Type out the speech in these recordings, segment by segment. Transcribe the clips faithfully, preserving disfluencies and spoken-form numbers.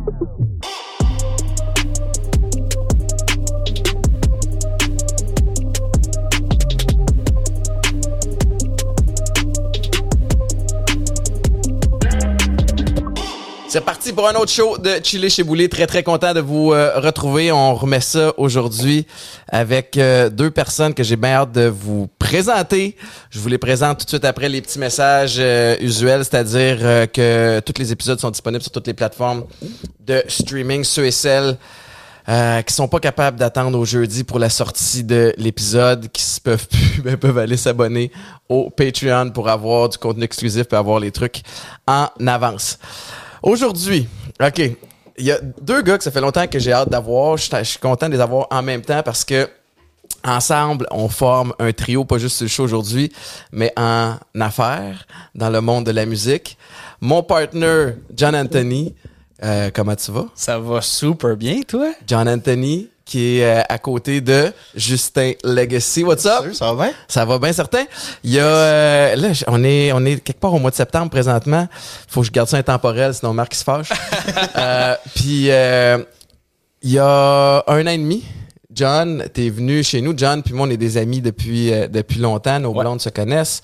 C'est parti pour un autre show de Chiller chez Boulay. Très, très content de vous euh, retrouver. On remet ça aujourd'hui avec euh, deux personnes que j'ai bien hâte de vous présenter. Je vous les présente tout de suite après les petits messages euh, usuels, c'est-à-dire euh, que tous les épisodes sont disponibles sur toutes les plateformes de streaming, ceux et celles Euh, qui sont pas capables d'attendre au jeudi pour la sortie de l'épisode, qui se peuvent plus, ben, peuvent aller s'abonner au Patreon pour avoir du contenu exclusif et avoir les trucs en avance. Aujourd'hui, OK, il y a deux gars que ça fait longtemps que j'ai hâte d'avoir. Je suis content de les avoir en même temps parce que ensemble, on forme un trio, pas juste sur le show aujourd'hui, mais en affaires, dans le monde de la musique. Mon partner, John Anthony. Euh, comment tu vas? Ça va super bien, toi? John Anthony, qui est euh, à côté de Justin Legacy. What's up? Sûr, ça va bien? Ça va bien, certain. Il y a, euh, là, on est, on est quelque part au mois de septembre présentement. Faut que je garde ça intemporel, sinon Marc il se fâche. euh, Puis, euh, il y a un an et demi, John, t'es venu chez nous. John puis moi, on est des amis depuis, euh, depuis longtemps. Nos ouais. blondes se connaissent.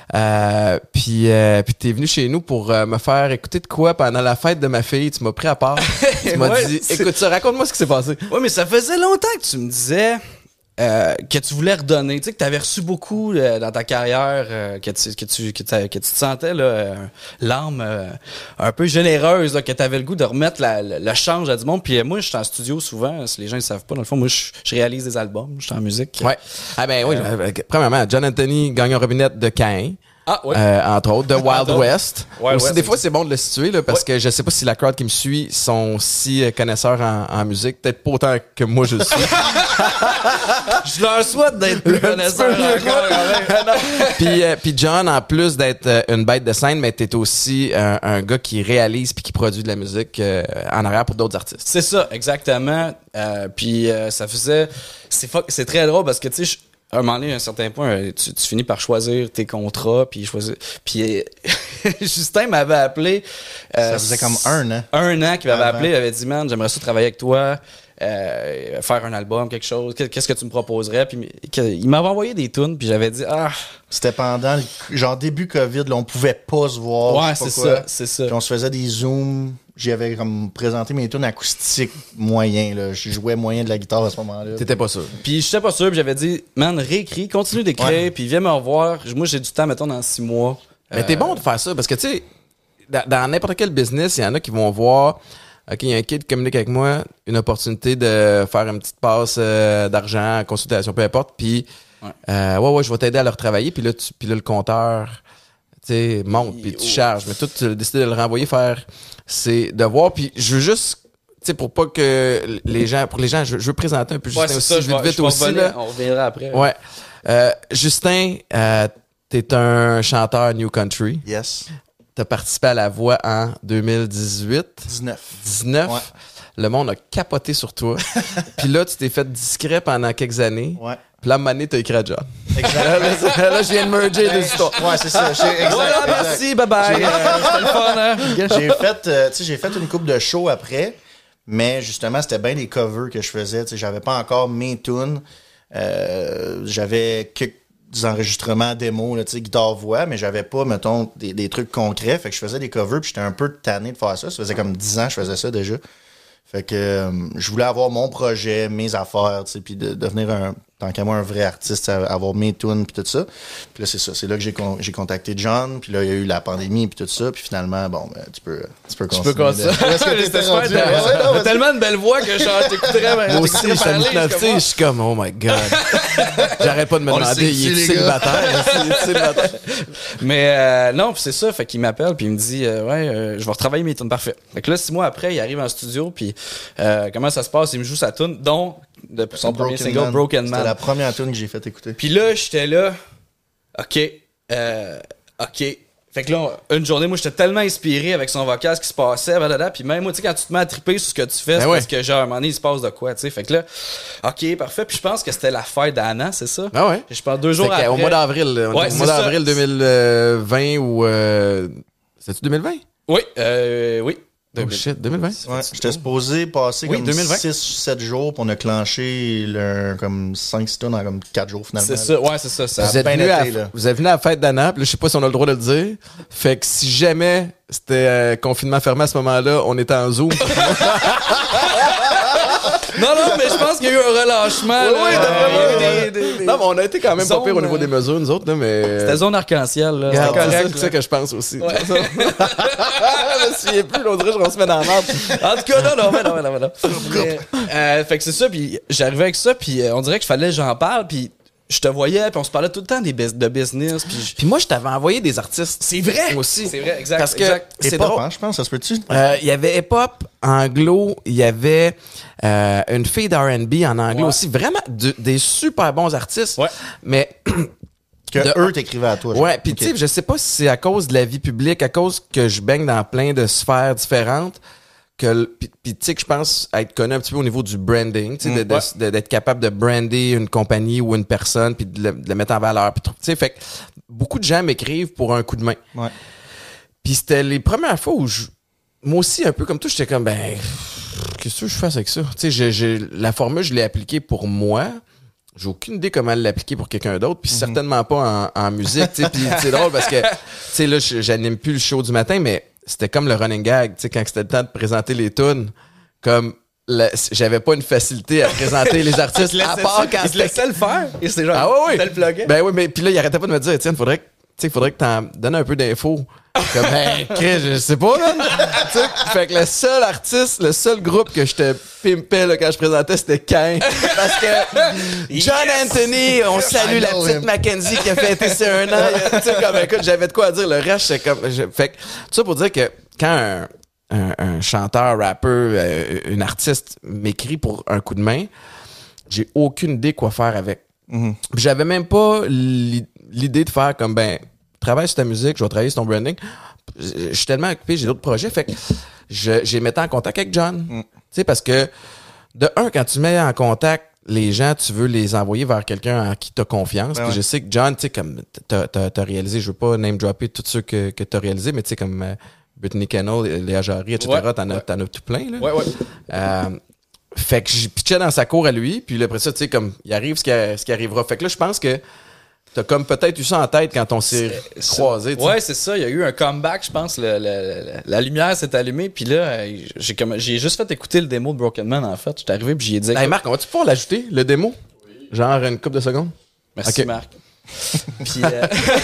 Euh, puis, euh, puis t'es venu chez nous pour euh, me faire écouter de quoi pendant la fête de ma fille. Tu m'as pris à part. Tu m'as ouais, dit, c'est... écoute ça, raconte-moi ce qui s'est passé. Oui, mais ça faisait longtemps que tu me disais euh, que tu voulais redonner. Tu sais, que tu avais reçu beaucoup euh, dans ta carrière, euh, que, tu, que, tu, que, que tu te sentais là, euh, l'âme euh, un peu généreuse, là, que tu avais le goût de remettre la, la, le change à du monde. Puis euh, moi, je suis en studio souvent, si les gens ne savent pas, dans le fond, moi, je, je réalise des albums, je suis en musique. Ouais. Ah ben oui, euh, premièrement, John Anthony, gagnant Robinette de Caen. Ah, oui. Euh, entre autres, de Wild West. Wild Aussi, West, des fois, exact. c'est bon de le situer, là, parce ouais. que je sais pas si la crowd qui me suit sont si euh, connaisseurs en, en musique. Peut-être pas autant que moi, je le suis. Je leur souhaite d'être plus connaisseurs encore. quand même. puis, euh, puis John, en plus d'être euh, une bête de scène, mais t'es aussi un, un gars qui réalise puis qui produit de la musique euh, en arrière pour d'autres artistes. C'est ça, exactement. Euh, puis euh, ça faisait... C'est, fuck... c'est très drôle parce que, tu sais, je... à un moment donné, à un certain point, tu, tu finis par choisir tes contrats, puis choisir. Puis Justin m'avait appelé. Euh, ça faisait comme un an. Un an qu'il m'avait Avant. appelé, il avait dit, man, j'aimerais ça travailler avec toi, euh, faire un album, quelque chose. Qu'est-ce que tu me proposerais? Puis il m'avait envoyé des tunes, puis j'avais dit, ah. C'était pendant le, genre début COVID, là, on pouvait pas se voir. Ouais, c'est quoi. ça, c'est ça. Puis on se faisait des zooms. J'avais comme présenté mes tunes acoustiques moyen, là. Je jouais moyen de la guitare à ce moment-là. T'étais pas sûr. Puis j'étais pas sûr, puis j'avais dit, man, réécris, continue d'écrire, Ouais. puis viens me revoir. Moi, j'ai du temps, mettons, dans six mois. Mais t'es bon de faire ça, parce que, tu sais, dans, dans n'importe quel business, il y en a qui vont voir, OK, il y a un kid qui communique avec moi, une opportunité de faire une petite passe euh, d'argent, consultation, peu importe, puis ouais. Euh, ouais, ouais, je vais t'aider à le retravailler, puis là, tu, puis là, le compteur, tu sais, monte, puis tu oh. charges. Mais toi, tu as décidé de le renvoyer faire ses devoirs, puis je veux juste... Tu sais, pour pas que les gens... Pour les gens, je, je veux présenter un peu Justin ouais, aussi, ça, vite, vais, vite aussi, revenir, là. On reviendra après. Ouais. Euh, Justin, euh, t'es un chanteur New Country. Yes. T'as participé à La Voix en deux mille dix-huit. dix-neuf. dix-neuf. Ouais. Le monde a capoté sur toi. Puis là, tu t'es fait discret pendant quelques années. Ouais. Puis là, à un moment donné, t'as écrit à John. Exactement. là, là, je viens de merger les histoires. Ouais, c'est ça. J'ai, exact, Voilà, exact. merci, bye bye. J'ai- Euh, C'était le fun, hein? J'ai fait, euh, tu sais, j'ai fait une couple de shows après, mais justement, c'était bien des covers que je faisais. Tu sais, j'avais pas encore mes tunes. Euh, j'avais quelques enregistrements démo, là, tu sais, guitare-voix, mais j'avais pas, mettons, des, des trucs concrets. Fait que je faisais des covers, puis j'étais un peu tanné de faire ça. Ça faisait comme dix ans que je faisais ça déjà. Fait que euh, je voulais avoir mon projet, mes affaires, tu sais, puis de devenir un, tant qu'à moi, un vrai artiste, avoir mes tunes, puis tout ça. Puis là, c'est ça. C'est là que j'ai, con- j'ai contacté John, puis là, il y a eu la pandémie, puis tout ça. Puis finalement, bon, ben, tu peux, tu peux Tu continuer. peux continuer. de- Est-ce que t'étais C'était super rendu? intéressant. Ouais, non, T'as vas-y. tellement de belles voix que genre, je t'écouterais. ben, Moi aussi, t'écouterais je suis parler, neuf, je tu sais, je suis comme, oh my God. J'arrête pas de me On le demander, sait il est ici, les célibataire? Il est célibataire? Mais euh, non, puis c'est ça, fait qu'il m'appelle puis il me dit euh, ouais, euh, je vais retravailler mes tunes, parfait. Fait que là six mois après, il arrive en studio puis euh, comment ça se passe, il me joue sa tune dont de son premier Broken single Man. Broken C'était Man. la première tune que j'ai fait écouter. Puis là, j'étais là OK euh, OK. Fait que là, une journée, moi, j'étais tellement inspiré avec son vocal, ce qui se passait, blablabla. Puis même, moi, tu sais, quand tu te mets à triper sur ce que tu fais, Ben c'est ouais. parce que, genre, à un moment donné, il se passe de quoi, tu sais. Fait que là, OK, parfait. Puis je pense que c'était la fête d'Anna, c'est ça? Ah ouais? Je pense deux jours C'était après. au mois d'avril. là. Ouais, au c'est mois ça. d'avril deux mille vingt ou... Euh... C'est-tu deux mille vingt? Oui, euh, oui. Oh shit, deux mille vingt? Ouais, j'étais supposé passer Oui, comme deux mille vingt. six sept jours, puis on a clenché le, comme cinq six tonnes en comme quatre jours finalement. C'est ça, ouais, c'est ça. ça Vous êtes, bien venu à, été, là. vous êtes venu à la fête d'Anna, puis là, je sais pas si on a le droit de le dire. Fait que si jamais c'était euh, confinement fermé à ce moment-là, on était en Zoom. Non, non, mais je pense qu'il y a eu un relâchement. Oui, là. oui, Euh, d'après moi, il y a eu oui. des- des- des- Non, mais on a été quand même pas Zone, pire au niveau euh, des mesures, nous autres, là, mais... C'était zone arc-en-ciel, là. Regarde, C'était c'est ça, correct, c'est ça là. que je pense aussi. je me souviens plus, l'autre jour, on se met dans la merde. En tout cas, non, non, mais non, mais non, mais non. Mais, euh, fait que c'est ça, puis j'arrivais avec ça, puis euh, on dirait qu'il fallait que j'en parle, puis je te voyais, puis on se parlait tout le temps des bus- de business, puis je- Puis moi, je t'avais envoyé des artistes. c'est vrai Aussi. c'est vrai, exact. Parce que exact. C'est c'est pas, drôle. hein, je pense, ça se peut-tu? Euh, Il y avait hip-hop, anglo, il y avait euh, une fille d'R and B en anglo Ouais. aussi. Vraiment de- des super bons artistes. Ouais. Mais Que De- eux t'écrivaient à toi. genre. ouais, puis Ok. tu sais, je sais pas si c'est à cause de la vie publique, à cause que je baigne dans plein de sphères différentes, que le- puis puis tu sais que je pense être connu un petit peu au niveau du branding, tu sais, de- de- Ouais. de- d'être capable de brander une compagnie ou une personne puis de le, de le mettre en valeur. Puis tout, tu sais, fait que beaucoup de gens m'écrivent pour un coup de main. Ouais. Puis c'était les premières fois où je, moi aussi un peu comme toi, j'étais comme ben qu'est-ce que je fasse avec ça? Tu sais, j'ai- j'ai- la formule je l'ai appliquée pour moi. J'ai aucune idée comment l'appliquer pour quelqu'un d'autre, puis certainement pas en, en musique, tu sais. Puis c'est drôle parce que, tu sais, là, je- j'anime plus le show du matin, mais c'était comme le running gag, tu sais, quand c'était le temps de présenter les tunes, comme la- j'avais pas une facilité à présenter les artistes, à part quand il te laissait le faire, et c'est genre, ah ouais, tu oui. le pluguais. Ben oui, mais puis là, il arrêtait pas de me dire, Étienne, faudrait que, tu sais, faudrait que t'en donnes un peu d'infos. Comme, ben, Chris, je sais pas, man. Tu sais, fait que le seul artiste, le seul groupe que je te pimpais, là, quand je présentais, c'était Cain. Parce que John Anthony, on salue I la know petite him. Mackenzie qui a fêté ses un an. Tu sais, comme, écoute, j'avais de quoi à dire. Le reste, c'est comme, je- fait que, tout ça pour dire que quand un, un, un chanteur, rappeur, euh, une artiste m'écrit pour un coup de main, j'ai aucune idée quoi faire avec. Puis j'avais même pas l'i- l'idée de faire comme, ben, travaille sur ta musique, je vais travailler sur ton branding. Je je suis tellement occupé, j'ai d'autres projets. Fait que je, j'ai mis en contact avec John. Tu sais, parce que, de un, quand tu mets en contact les gens, tu veux les envoyer vers quelqu'un en qui tu as confiance. Ben Puis ouais. je sais que John, tu sais, comme, t'as, t'as, t'as réalisé, je veux pas name dropper tous ceux que, que t'as réalisé, mais tu sais, comme euh, Brittany Kennel, Léa Jarry, et cetera, Ouais, t'en, as, ouais. t'en as tout plein, là. Ouais, ouais. Euh, fait que j'ai pitché dans sa cour à lui, puis là, après ça, tu sais, comme, il arrive ce qui, ce qui arrivera. Fait que là, je pense que t'as comme peut-être eu ça en tête quand on s'est croisés, tu sais. Ouais, c'est ça. Il y a eu un comeback, je pense. Le, le- le- la lumière s'est allumée. Puis là, euh, j'ai comme j'ai juste fait écouter le démo de Broken Man, en fait. J'étais arrivé puis j'ai dit... Hey, Marc, on va-tu pouvoir l'ajouter, le démo? Genre une couple de secondes? Merci, ok. Marc. Puis euh,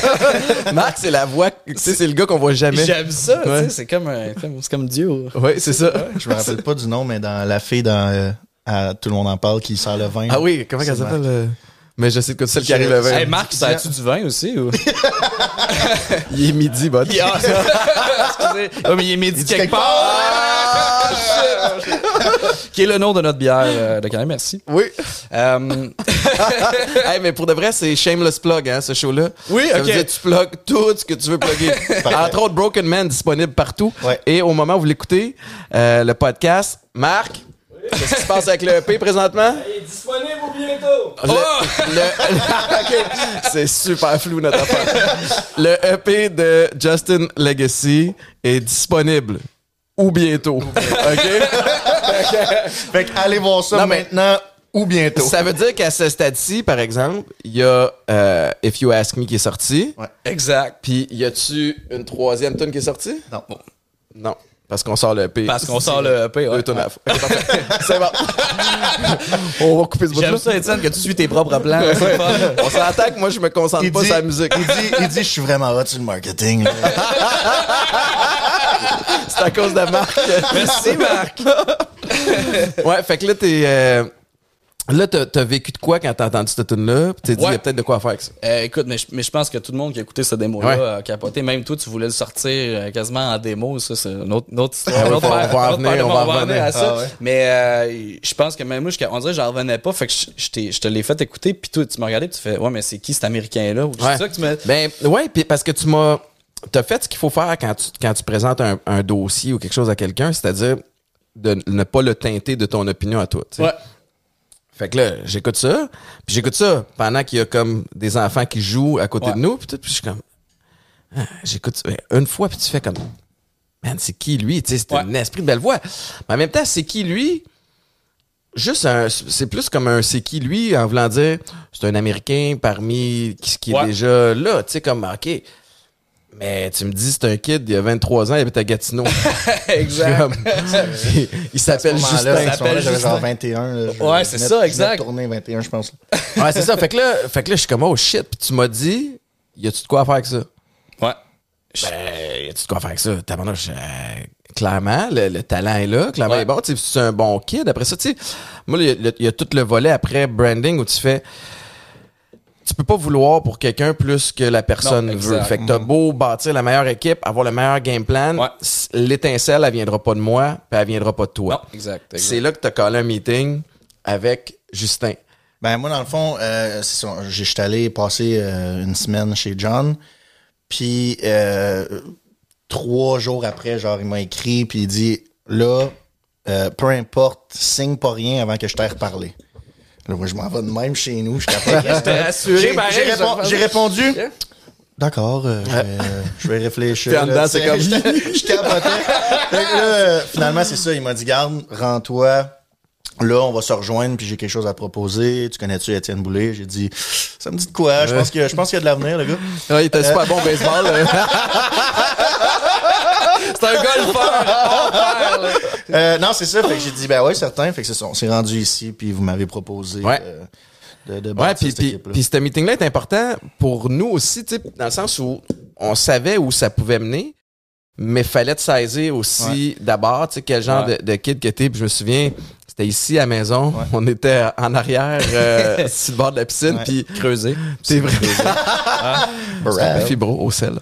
Marc, c'est la voix, tu sais, c'est le gars qu'on voit jamais. j'aime ça. tu sais, Ouais. C'est comme, un- comme, c'est comme Dieu. Ouais, c'est ça. Je me rappelle pas du nom, mais dans la fille dans euh, à Tout le monde en parle qui sert le vin. Ah oui, comment elle C'est s'appelle? euh, Mais je sais que c'est celle qui arrive le Je- vingt. Hey, Marc, ça tu du vin aussi? Ou? Il est midi, bud. Ah, excusez. Oh, mais il est midi quelque quelque part. Ah, shit. Qui est le nom de notre bière euh, de Canada, merci. Oui. Euh, Hey, mais pour de vrai, c'est shameless plug, hein, ce show-là. Oui, Ça ok. veut dire, tu plugs tout ce que tu veux plugger. Entre autres, Broken Man disponible partout. Ouais. Et au moment où vous l'écoutez, euh, le podcast, Marc, qu'est-ce qui se passe avec le E P présentement? Il est disponible au bientôt. Le- le- Ok. C'est super flou notre affaire. Le E P de Justin Legacy est disponible ou bientôt. OK? Fait que allez voir ça Non, mais- maintenant ou bientôt. Ça veut dire qu'à ce stade-ci, par exemple, il y a euh, If You Ask Me qui est sorti. Ouais. exact. Puis y a-tu une troisième tune qui est sortie? Non. Non. Parce qu'on sort le E P. Parce qu'on sort le E P. Ouais. Deux tunes à la fois. Ok, parfait. C'est bon. On va couper ce bout-là. J'aime ça, Étienne, que tu suis tes propres plans. C'est fun. On s'entend que moi, je me concentre Il pas dit- sur la musique. Il dit, il dit, je suis vraiment hot sur le marketing. là. C'est à cause de Marc. Merci, Marc. Ouais, fait que là, t'es. euh, Là, t'as, t'as vécu de quoi quand t'as entendu cette tune-là? Puis t'es dit, il Ouais. y a peut-être de quoi faire avec ça. Euh, écoute, mais je, mais je pense que tout le monde qui a écouté ce démo-là Ouais. a capoté. Même toi, tu voulais le sortir euh, quasiment en démo. Ça, c'est une autre, une autre histoire. Ah ouais, Une autre faut- paire- on va en une autre venir, paire de on mots, va on va en en venir à venir. ça. Ah ouais. Mais euh, je pense que même moi, je- on dirait que j'en revenais pas. Fait que je, je, t'ai- je te l'ai fait écouter. Puis toi, tu m'as regardé. Puis tu fais, ouais, mais c'est qui cet Américain-là? C'est Ouais. ça que tu m'as. Ben, ouais, puis parce que tu m'as. T'as fait ce qu'il faut faire quand tu, quand tu présentes un, un dossier ou quelque chose à quelqu'un, c'est-à-dire de ne pas le teinter de ton opinion à toi. tu sais. Ouais. Fait que là, j'écoute ça, puis j'écoute ça pendant qu'il y a comme des enfants qui jouent à côté Ouais. de nous, puis tout, puis je suis comme, ah, j'écoute ça une fois, puis tu fais comme, man, c'est qui lui? Tu sais, c'est Ouais. un esprit de belle voix. Mais en même temps, c'est qui lui? Juste un, c'est plus comme un c'est qui lui en voulant dire c'est un Américain parmi qui, qui est Ouais. déjà là, tu sais, comme OK. Mais tu me dis c'est un kid, il a vingt-trois ans, il habite à Gatineau. Exact. Comme, il, il s'appelle À ce Justin. moment-là, à ce moment-là, j'avais Justin. genre vingt et un. là. Je- Ouais, je c'est venais- ça, je venais exact. de tourner vingt et un, je pense. Ouais, c'est ça. Fait que là, fait que là, je suis comme oh shit. Puis tu m'as dit, y a-tu de quoi faire avec ça? Ouais. Ben, y a-tu de quoi faire avec ça? Tabarnouche, euh, clairement, le, le talent est là. Clairement, Ouais. il est bon. Tu sais, c'est un bon kid. Après ça, tu sais, moi, il y, a- il y a tout le volet après branding où tu fais. Tu peux pas vouloir pour quelqu'un plus que la personne Non, veut. exact. Fait que t'as beau bâtir la meilleure équipe, avoir le meilleur game plan, Ouais. s- l'étincelle, elle viendra pas de moi, puis elle viendra pas de toi. Non, exact. exact. C'est là que t'as collé un meeting avec Justin. Ben, moi, dans le fond, euh, c'est ça. J'ai- J'étais allé passer euh, une semaine chez John. Puis, euh, trois jours après, genre, il m'a écrit, puis il dit, là, euh, peu importe, signe pas rien avant que je t'aie reparlé. Là, moi, je m'en vais de même chez nous. Je capote. T'es rassuré, J'ai pareil, j'ai ça répon- fait- j'ai répondu. Yeah. D'accord, euh, je, vais, je vais réfléchir. T'es en dedans, là, c'est tu sais, comme- Je je capotais. Fait que là, euh, finalement, c'est ça. Il m'a dit, garde, rends-toi. Là, on va se rejoindre, puis j'ai quelque chose à te proposer. Tu connais-tu Étienne Boulay? J'ai dit, ça me dit de quoi? Je pense que je pense qu'il y a de l'avenir, le gars. Ouais, il était super bon au baseball. là. C'est un golfeur. hors pair, là. Euh, non, c'est ça. Fait que j'ai dit, ben ouais, certain. Fait que c'est ça. On s'est rendu ici, puis vous m'avez proposé Ouais. de, de, de Ouais, bâtir puis cette puis équipe-là. puis ce meeting-là est important pour nous aussi, tu sais, dans le sens où on savait où ça pouvait mener, mais fallait te saisir aussi d'abord, tu sais, quel genre Ouais. de, de kid que t'es. Puis je me souviens, c'était ici à la maison, on était en arrière euh, sur le bord de la piscine, Ouais. puis Creuser. c'est vrai. Bravo. Fibro au sel.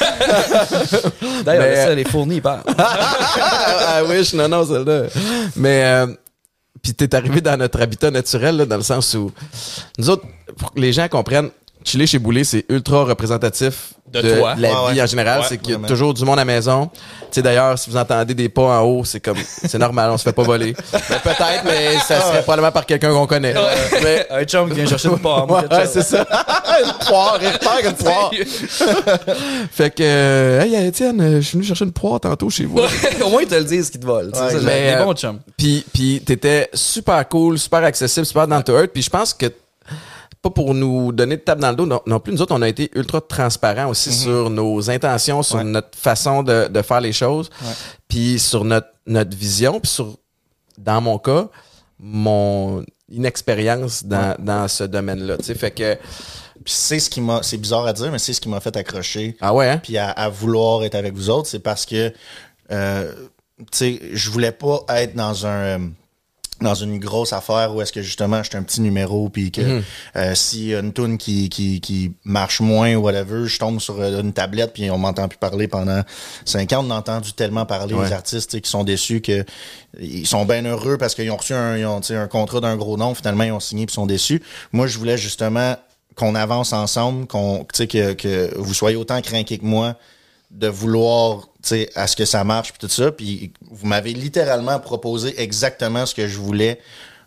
D'ailleurs, Mais- ça, les fournis, ils parlent. Ah wish, non, non, celle-là. Mais, euh, puis t'es arrivé dans notre habitat naturel, là, dans le sens où nous autres, pour que les gens comprennent, chiller chez Boulay, c'est ultra représentatif De de, toi. la Ouais, vie ouais. en général. Ouais, c'est qu'il y a vraiment. toujours du monde à la maison. Tu sais, d'ailleurs, si vous entendez des pas en haut, c'est comme, c'est normal, on se fait pas voler. Mais peut-être, mais ça serait probablement par quelqu'un qu'on connaît. Mais, Un chum qui vient chercher une pomme. ouais, quelque chose. c'est ça. Une poire, il repart une poire. Fait que, euh, hey, Étienne, euh, je suis venu chercher une poire tantôt chez vous. Au moins, ils te le disent qu'ils te volent. tu sais, Ouais, ça, mais, les euh, bons chums. Puis, puis t'étais super cool, super accessible, super down to earth. Puis je pense que, pas pour nous donner de tape dans le dos, non, non plus, nous autres, on a été ultra transparents aussi sur nos intentions, sur Ouais. notre façon de, de faire les choses, puis sur notre, notre vision, puis sur, dans mon cas, mon inexpérience dans, dans ce domaine-là. Tu sais, fait que, Puis c'est ce qui m'a, c'est bizarre à dire, mais c'est ce qui m'a fait accrocher. ah ouais, hein? Puis à, à vouloir être avec vous autres, c'est parce que, euh, tu sais, je voulais pas être dans un, euh, dans une grosse affaire où est-ce que justement j'étais un petit numéro puis que Mhm. euh, s'il y a une toune qui, qui, qui marche moins ou whatever, je tombe sur euh, une tablette puis on m'entend plus parler pendant cinq ans. On a entendu tellement parler Ouais. les artistes tu sais, qui sont déçus que ils sont bien heureux parce qu'ils ont reçu un, ils ont, tu sais, un contrat d'un gros nom, finalement ils ont signé puis sont déçus. Moi je voulais justement qu'on avance ensemble, qu'on, tu sais, que, que vous soyez autant craqués que moi de vouloir, tu sais, à ce que ça marche puis tout ça. Puis vous m'avez littéralement proposé exactement ce que je voulais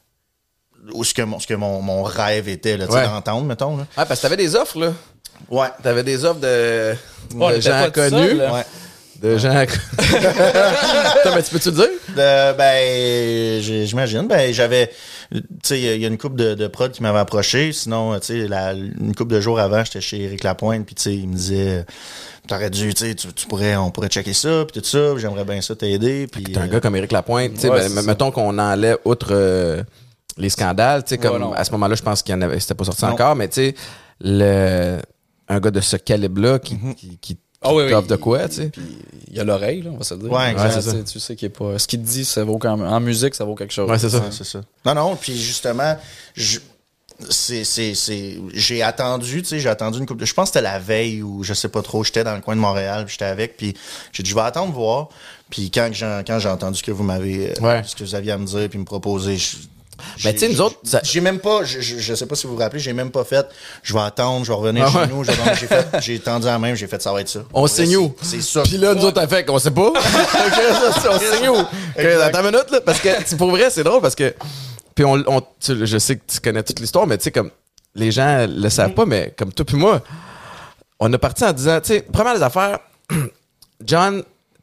ou ce que mon, ce que mon, mon rêve était, là, tu sais, Ouais. d'entendre, mettons. Là. Ah, parce que t'avais des offres, là. Ouais. T'avais des offres de, Ouais, de t'étais gens pas tout connus. seul, là. Ouais. De gens. Attends, mais tu peux-tu le dire? De- ben, j'ai- j'imagine. Ben, j'avais, tu sais, il y a- il y a une couple de, de prod qui m'avait approché. Sinon, tu sais, la- une couple de jours avant, j'étais chez Éric Lapointe, puis tu sais, il me disait, t'aurais dû, tu sais, tu tu pourrais, on pourrait checker ça, puis tout ça. puis j'aimerais bien ça t'aider. Puis T'es un euh, gars comme Éric Lapointe, tu sais, Ouais, ben, c'est m- ça. mettons qu'on enlève outre euh, les scandales, tu sais, comme Ouais, non. à ce moment-là, je pense qu'il y en avait, c'était pas sorti Non. encore, mais tu sais, le un gars de ce calibre-là qui, qui, qui, Ah oui, qui oui, t'offre de il- quoi, tu sais. Puis il y a l'oreille, là, on va se le dire. Ouais, exact. Tu sais, Tu sais qu'il est pas. Ce qu'il te dit, ça vaut quand même. En musique, ça vaut quelque chose. Ouais, c'est ça. Ouais, c'est ça. Non, non, puis justement, je, c'est, c'est, c'est, j'ai attendu, tu sais, j'ai attendu une couple de, je pense que c'était la veille où, je sais pas trop, j'étais dans le coin de Montréal, puis j'étais avec, puis j'ai dit, je vais attendre voir, puis quand j'ai, quand j'ai entendu ce que vous m'avez, euh, Ouais. ce que vous aviez à me dire, puis me proposer, je- Mais tu sais, nous autres, ça- j'ai même pas, je, je, je sais pas si vous vous rappelez, j'ai même pas fait, je vais attendre, je vais revenir Ah chez ouais. nous, je vais, j'ai fait, j'ai tendu la main, j'ai fait, ça va être ça. On Ouais, signe où? C'est, c'est ça. Puis là, nous autres, on fait qu'on sait pas. on signe où? Exact. Attends une minute, là. Parce que, tu- pour vrai, c'est drôle parce que, puis on, on tu- je sais que tu connais toute l'histoire, mais tu sais, comme, les gens le savent pas, mais comme toi puis moi, on a parti en disant, tu sais, première des affaires, John,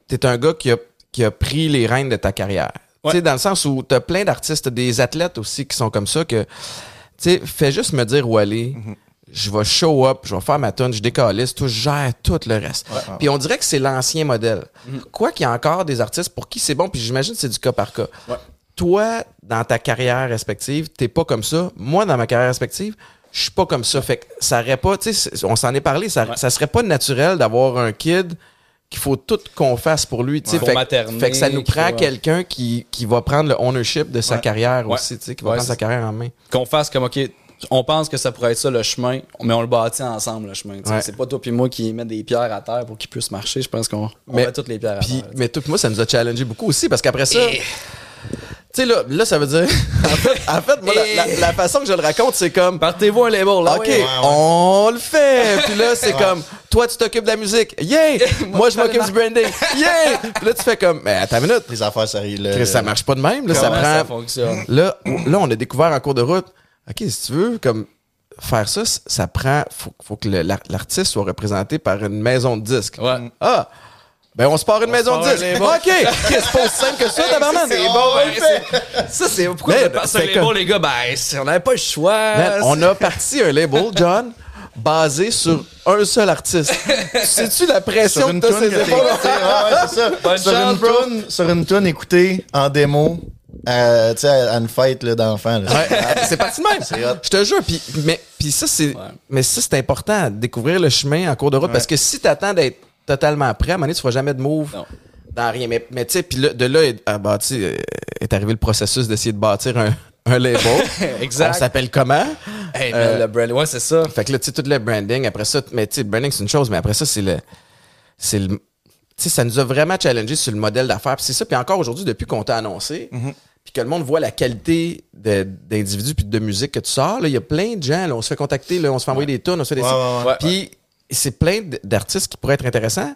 t'es un gars qui a, qui a pris les rênes de ta carrière. Ouais. Tu sais, dans le sens où t'as plein d'artistes, t'as des athlètes aussi qui sont comme ça que, tu sais, fais juste me dire où aller. Mm-hmm. Je vais show up, je vais faire ma tonne, je décalisse, tout, je gère tout le reste. Ouais, puis on dirait que c'est l'ancien modèle. Mm-hmm. Quoi qu'il y a encore des artistes pour qui c'est bon, puis j'imagine que c'est du cas par cas. Ouais. Toi, dans ta carrière respective, t'es pas comme ça. Moi, dans ma carrière respective, je suis pas comme ça. Fait que ça aurait pas, tu sais, on s'en est parlé, ça, ouais. ça serait pas naturel d'avoir un kid qu'il faut tout qu'on fasse pour lui, tu sais. Ouais, fait, fait que ça nous prend faut... quelqu'un qui, qui va prendre le ownership de sa ouais. carrière ouais. aussi, tu sais, qui va ouais, prendre sa carrière en main. Qu'on fasse comme, OK, on pense que ça pourrait être ça le chemin, mais on le bâtit ensemble, le chemin. Ouais. C'est pas toi puis moi qui met des pierres à terre pour qu'il puisse marcher. Je pense qu'on mais, met toutes les pierres pis, à terre. Mais toi puis moi, ça nous a challengé beaucoup aussi, parce qu'après ça... Et... Tu sais, là, là, ça veut dire... en fait, en fait moi, la, la, la façon que je le raconte, c'est comme... Partez-vous un label, là. OK, ouais, ouais. on le fait. Puis là, c'est ouais. comme... Toi, tu t'occupes de la musique. Yeah! Moi, je m'occupe du branding. Yeah! Puis là, tu fais comme... Mais attends une minute. Les affaires, ça arrive. Le... Ça marche pas de même. Là, ça prend... ça fonctionne? Là, là, on a découvert en cours de route... OK, si tu veux, comme... faire ça, ça prend... Faut, faut que le, l'artiste soit représenté par une maison de disques. Ouais. Ah! Ben, on se part une on maison de disques. OK! C'est pas aussi simple que ça, hey, tabarnak. C'est bon, ben, ça, c'est... Pourquoi mais, on passe un label, les gars? Ben, on n'avait pas le choix. Man, on a parti un label, John, basé sur un seul artiste. Sais-tu la pression que t'as ces épaules? Ouais, c'est ça. Bonne sur, chance, une toune, sur une toune écoutée en démo... Euh, tu sais, à une fête là, d'enfants. Là. Ouais, c'est parti de même. Je te jure. Puis, mais, puis ça, c'est, ouais. mais ça, c'est important, de découvrir le chemin en cours de route. Ouais. Parce que si t'attends d'être totalement prêt, à un moment donné, tu feras jamais de move non. dans rien. Mais, mais tu sais, puis de là, est, ah, bah, est arrivé le processus d'essayer de bâtir un, un label. Exact. On s'appelle comment? Hey, euh, le branding, ouais, c'est ça. Fait que là, tu sais, tout le branding, après ça, mais tu sais, le branding, c'est une chose, mais après ça, c'est le... C'est le tu sais, ça nous a vraiment challengé sur le modèle d'affaires. Puis c'est ça. Puis encore aujourd'hui, depuis qu'on t'a annoncé... Mm-hmm. Puis que le monde voit la qualité de, d'individus puis de musique que tu sors, il y a plein de gens, là, on se fait contacter, là, on se fait envoyer ouais. des tunes, on se fait des... Ouais, ouais, ouais, puis ouais. c'est plein d'artistes qui pourraient être intéressants.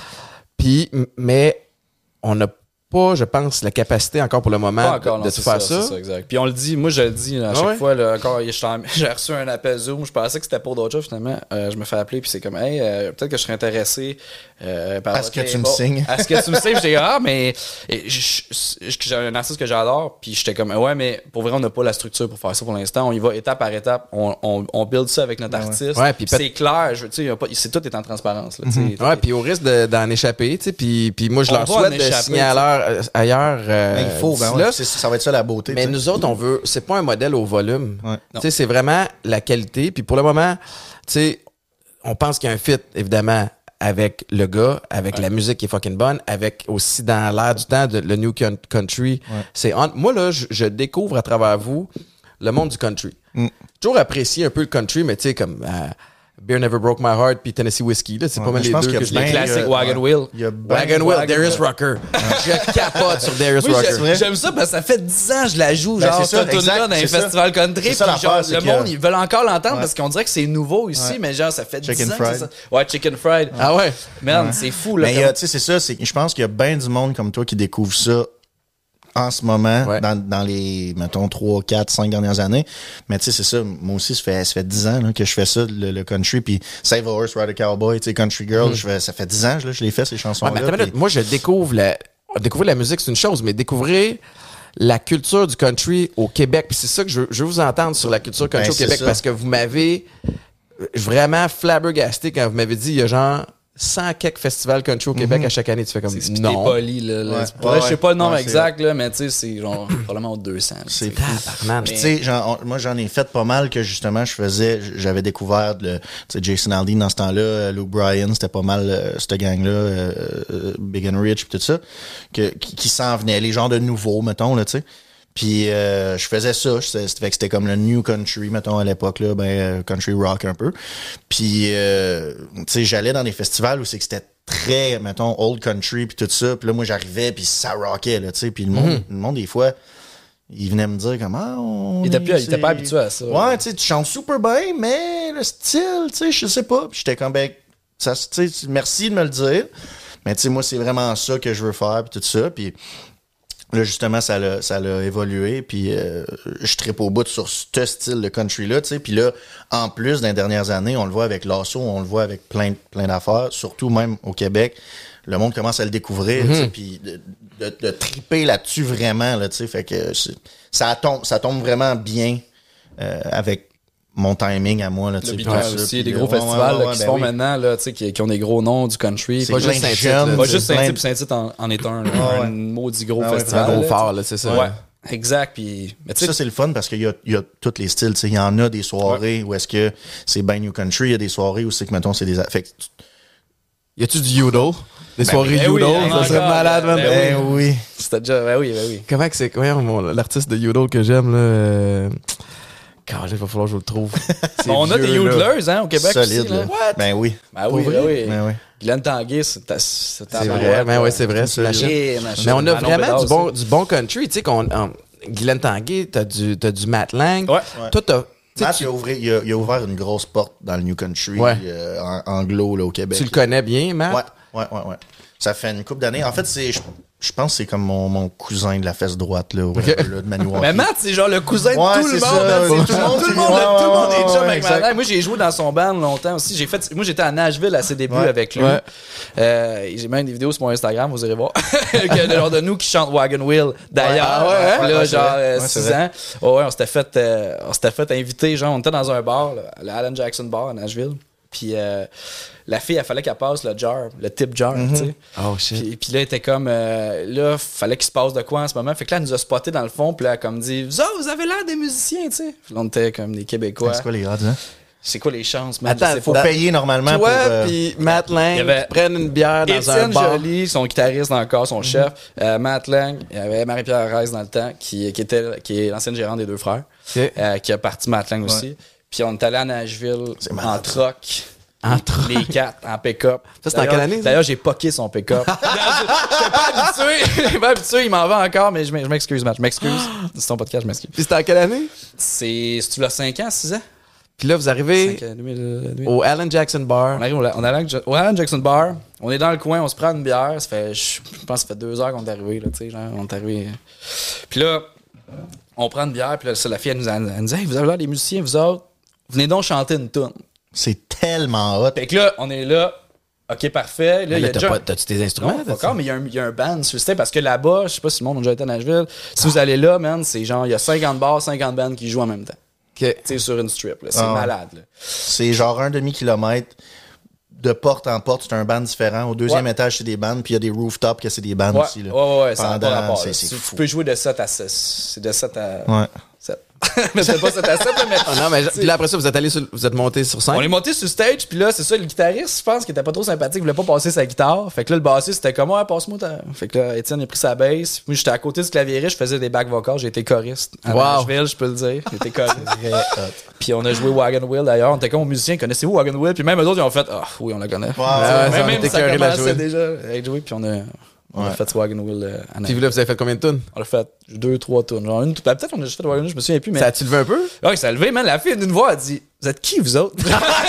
Puis, mais on n'a pas, je pense, la capacité encore pour le moment encore, de, non, de tout faire ça. ça. ça exact. Puis on le dit, moi je le dis là, à chaque ouais. fois, là, encore, j'ai reçu un appel Zoom, je pensais que c'était pour d'autres choses finalement. Euh, je me fais appeler, puis c'est comme, hey, euh, peut-être que je serais intéressé euh, par. À ce que tu me signes. À ce que tu me signes, j'étais ah, mais j'ai un artiste que j'adore, puis j'étais comme, ouais, mais pour vrai, on n'a pas la structure pour faire ça pour l'instant. On y va étape par étape, on, on, on build ça avec notre ouais. artiste. Ouais, puis c'est clair, tu sais, c'est tout est en transparence. Là, mm-hmm. Ouais, puis au risque de, d'en échapper, tu sais, puis puis moi, je leur souhaite de signer à l'heure ailleurs. Euh, ben, il faut, ben ouais, c'est, ça va être ça la beauté. Mais t'sais. Nous autres, on veut, c'est pas un modèle au volume. Ouais. Tu sais, c'est vraiment la qualité. Puis pour le moment, tu sais, on pense qu'il y a un fit, évidemment, avec le gars, avec ouais. la musique qui est fucking bonne, avec aussi dans l'air du temps, de, le New Country. Ouais. C'est on, moi, là, je, je découvre à travers vous le monde du country. Mm. J'ai toujours apprécié un peu le country, mais tu sais, comme... Euh, Beer Never Broke My Heart puis Tennessee Whiskey là, c'est ouais, pas mal les deux que je les classiques Wagon Wheel. Il y a Wagon Wheel, Darius Rucker. Je capote sur Darius oui, Rucker. J'aime ça parce que ça fait dix ans que je la joue ben, genre cette tune là dans les festivals country puis genre le monde ils veulent encore l'entendre ouais. parce qu'on dirait que c'est nouveau ici ouais. mais genre ça fait dix chicken ans fried. que ça... Ouais, Chicken Fried. Ah ouais. Man, ouais. c'est fou là. Mais comme... tu sais c'est ça, c'est je pense qu'il y a bien du monde comme toi qui découvre ça en ce moment, ouais. dans, dans les, mettons, trois, quatre, cinq dernières années. Mais tu sais, c'est ça, moi aussi, ça fait, ça fait dix ans là, que je fais ça, le, le country, puis Save a Horse, Ride a Cowboy, tu sais, Country Girl, mm. je fais, ça fait dix ans, là, je l'ai fait, ces chansons-là. Ouais, mais puis... Moi, je découvre la, découvrir la musique, c'est une chose, mais découvrir la culture du country au Québec, puis c'est ça que je, je veux vous entendre sur la culture country ben, au Québec, ça. Parce que vous m'avez vraiment flabbergasté quand vous m'avez dit, il y a genre... cent quelques festivals country au Québec mm-hmm. à chaque année. Tu fais comme c'est non. C'est poli, là. là. Ouais. Pour ouais, là, je sais pas le nombre ouais, exact, là, mais tu sais, c'est genre probablement deux cents. Là, c'est tabarnak. Puis tu sais, moi, j'en ai fait pas mal que justement, je faisais, j'avais découvert le, tu sais, Jason Aldean dans ce temps-là, Luke Bryan, c'était pas mal euh, cette gang-là, euh, Big and Rich, pis tout ça, que, qui, qui s'en venait, les genres de nouveaux, mettons, là, tu sais. Puis euh, je faisais ça, c'était, fait que c'était comme le new country, mettons à l'époque là, ben euh, country rock un peu. Puis euh, tu sais, j'allais dans des festivals où c'est que c'était très, mettons, old country puis tout ça. Puis là moi j'arrivais puis ça rockait là, tu sais. Puis le monde, mm-hmm. le monde des fois, il venait me dire comment on. Il était plus, il était pas habitué à ça. Ouais, tu sais, tu chantes super bien, mais le style, tu sais, je sais pas. Puis j'étais comme ben, ça, tu sais, merci de me le dire. Mais tu sais, moi c'est vraiment ça que je veux faire puis tout ça. Puis Là, justement, ça l'a, ça l'a évolué, puis euh, je trippe au bout sur ce style de country-là, tu sais. Puis là, en plus, dans les dernières années, on le voit avec Lasso, on le voit avec plein, plein d'affaires, surtout même au Québec. Le monde commence à le découvrir, mm-hmm. tu sais, puis de, de, de triper là-dessus vraiment, là, tu sais. Fait que ça tombe, ça tombe vraiment bien euh, avec mon timing à moi, là, tu sais. Il y a aussi des gros ouais, festivals ouais, là, ouais, qui ben se font oui. maintenant, là, tu sais, qui, qui ont des gros noms du country. C'est Pas plein juste de Saint-Tite, jeunes, là. Pas c'est juste plein Saint-Tite, de- puis Saint-Tite en, en est un, là, Ah ouais. un maudit gros Ah ouais, festival. Un gros là, phare, là, c'est ça. Ouais, exact. Puis, mais tu sais, Ça, c'est le fun parce qu'il y a, il y a tous les styles. Tu sais, il y en a des soirées où est-ce que c'est ben New Country, il y a des soirées où c'est que, mettons, c'est des... Fait que tu- Y a-tu du Udall? Des soirées ben oui, Udall? hein, Ça serait encore, malade, man. ben Ben oui. c'était déjà, ben oui, ben oui. Comment que c'est... Comment mon- l'artiste de Udall que j'aime, là... Euh... Car il va falloir que je le trouve. C'est On a vieux, des là. yodelers, hein, au Québec Solide, aussi, là. là. What? Ben oui. Ben oui, Pour ben vrai? oui. Ben oui. Glenn Tanguay, c'est ta, c'est ta C'est barouette, vrai, ben là. ouais, c'est vrai, c'est machine. Eh, machine. Mais on a Manon vraiment Bédard du bon, aussi. du bon country, tu sais, qu'on... on- Guylaine Tanguay, t'as du, t'as du Matt Lang. Ouais. Ouais. Toi, t'as... tu sais, Matt, tu- il, a ouvert, il, a, il a ouvert une grosse porte dans le New Country Ouais. euh, en- anglo là, au Québec. tu le connais bien, Matt? Ouais, ouais, ouais, ouais. Ça fait une couple d'années. En fait, c'est, je, je pense que c'est comme mon, mon cousin de la fesse droite, là, whatever, là, de Maniwaki. Mais Matt, c'est genre le cousin de Ouais, tout le c'est monde. ça, man. ouais. C'est tout le monde, tout le monde, Ouais, tout le monde ouais, est chum ouais, avec exact. Matt Lang. Moi, j'ai joué dans son band longtemps aussi. J'ai fait, moi, j'étais à Nashville à ses débuts Ouais. avec lui. Ouais. Euh, j'ai même des vidéos sur mon Instagram, vous irez voir. Que de, genre de nous qui chantent Wagon Wheel. D'ailleurs, Ah ouais, hein? là, Ouais, c'est genre vrai. euh, Ouais, c'est six vrai. ans. Oh, ouais, on s'était fait, euh, on s'était fait inviter. Genre, on était dans un bar, là, le Alan Jackson Bar à Nashville. Puis euh, la fille, il fallait qu'elle passe le jar, le tip jar, tu sais. Oh, shit. Puis, puis là, elle était comme, euh, là, fallait qu'il se passe de quoi en ce moment. Fait que là, elle nous a spoté dans le fond. Puis là, elle a comme dit, vous autres, vous avez l'air des musiciens, tu sais. Puis là, on était comme des Québécois. C'est quoi les odds, hein? C'est quoi les chances, man? Attends, Je sais Faut pas. payer normalement Toi, pour... euh, puis Matt Lang, il y avait qui prennent une bière dans un Étienne bar. Joly, son guitariste encore, son chef. Euh, Matt Lang, il y avait Marie-Pierre Reiss dans le temps, qui, qui, était, qui est l'ancienne gérante des deux frères, Ok. euh, qui a parti Matt Lang aussi. Puis on est allé à Nashville C'est en malade, ça. troc. En troc. Les quatre, en pick-up. Ça, c'était en D'ailleurs- quelle année, ça? D'ailleurs, j'ai poqué son pick-up. J'étais pas habitué. J'étais pas habitué, il m'en va encore, mais je m'ex- je m'excuse, Matt. Je m'excuse. C'est ton podcast, je m'excuse. Puis c'était en quelle année? C'est, c'est-tu là cinq ans, six ans? Puis là, vous arrivez cinq ans, deux mille, deux mille. au Alan Jackson Bar. On arrive au, on arrive au Alan Jackson Bar. On est dans le coin, on se prend une bière. Ça fait, je je pense que ça fait deux heures qu'on est arrivé, là, tu sais, genre, on est arrivé. Puis là, on prend une bière, puis là, ça, la fille, elle nous, elle nous dit, hey, vous avez l'air des musiciens, vous autres, venez donc chanter une tune. C'est tellement hot. Fait que là, on est là. OK, parfait. Là, Mais il y là, a t'as déjà- pas- t'as-tu tes instruments? Non, pas t'as-tu? encore, mais il y, a un- il y a un band sur le stage parce que là-bas, je sais pas si le monde a déjà été à Nashville. Si vous allez là, man, c'est genre, il y a cinquante bars, cinquante bands qui jouent en même temps. Ok. Tu sais, sur une strip, là. C'est Ah ouais. malade, là. C'est genre un demi-kilomètre de porte en porte. C'est un band différent. Au deuxième Ouais. étage, c'est des bandes. Puis il y a des rooftops que c'est des bandes Ouais, aussi. Là. ouais, ouais, ouais, ça n'a pas Pendant- rapport. c'est- là. c'est Tu, tu fou. peux jouer de sept à six. C'est de sept à Ouais. sept. mais c'est pas sept à sept, là, mais. Ah non, mais puis là, après ça, vous êtes allé sur, vous êtes monté sur scène. On est monté sur stage, puis là, c'est ça, le guitariste, je pense, qui était pas trop sympathique, voulait pas passer sa guitare. Fait que là, le bassiste, c'était comme, ouais, passe-moi ta. Fait que là, Étienne a pris sa bass. Moi, j'étais à côté du clavieriste, je faisais des back vocals, j'ai été choriste. À Wow. Nashville, je peux le dire. J'ai été choriste. Très hot. Puis on a joué Wagon Wheel d'ailleurs. On était comme musiciens, connaissez-vous Wagon Wheel? Puis même eux autres, ils ont fait, ah, oui, on la connaît. Ouais, ouais, même ça, on même était ça écœurés de la commençait jouer. déjà à être joué, puis on a, on a Ouais. fait ce Wagon Wheel euh, à Puis Nashville. là, vous avez fait combien de tunes? On a fait deux, trois tours. Genre une, ben, peut-être qu'on a juste fait Wagon Wheel, je me souviens plus, mais. Ça a-tu levé un peu? Ouais, ça a levé, man. La fille est venue nous voir, elle dit, vous êtes qui, vous autres?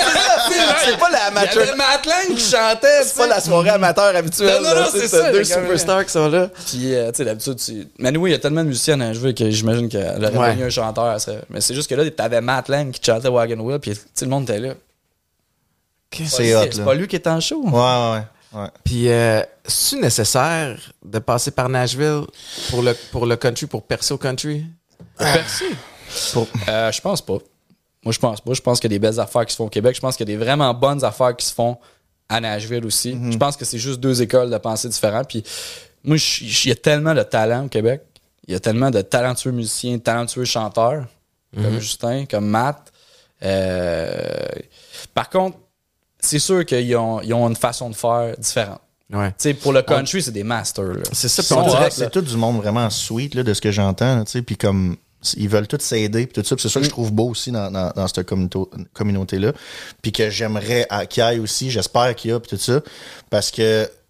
C'est pas la Il y amateur. avait Matt Lang qui chantait, C'est pas la soirée amateur habituelle. Non, non, là, non, tu sais, c'est ça, Deux j'ai quand même- superstars qui sont là. Puis, euh, tu sais, d'habitude, tu... Mais oui, il y a tellement de musiciens à Nashville que j'imagine qu'elle aurait Ouais. venu un chanteur. Elle serait... Mais c'est juste que là, t'avais Matt Lang qui chantait Wagon Wheel, puis tu sais, le monde était là. C'est hot, C'est là. pas lui qui était en show. Ouais, ouais, ouais. Puis, euh, c'est nécessaire de passer par Nashville pour le, pour le country, pour percer au country? Merci. Euh, je pense pas. Moi, je pense pas. Je pense qu'il y a des belles affaires qui se font au Québec. Je pense qu'il y a des vraiment bonnes affaires qui se font à Nashville aussi. Je pense que c'est juste deux écoles de pensée différentes. Puis moi, je- je- il y a tellement de talent au Québec. Il y a tellement de talentueux musiciens, talentueux chanteurs, comme Justin, comme Matt. Euh, Par contre, c'est sûr qu'ils ont, ils ont une façon de faire différente. Ouais. Tu sais, pour le country, c'est des masters. là. C'est ça, Ils puis sont on On dirait hot, que là. c'est tout du monde vraiment sweet là, de ce que j'entends, là, tu sais, puis comme ils veulent tous s'aider puis tout ça, puis c'est ça que je trouve beau aussi dans, dans, dans cette communauté communauté là, puis que j'aimerais à- qu'il y ait aussi, j'espère qu'il y a puis tout ça, parce que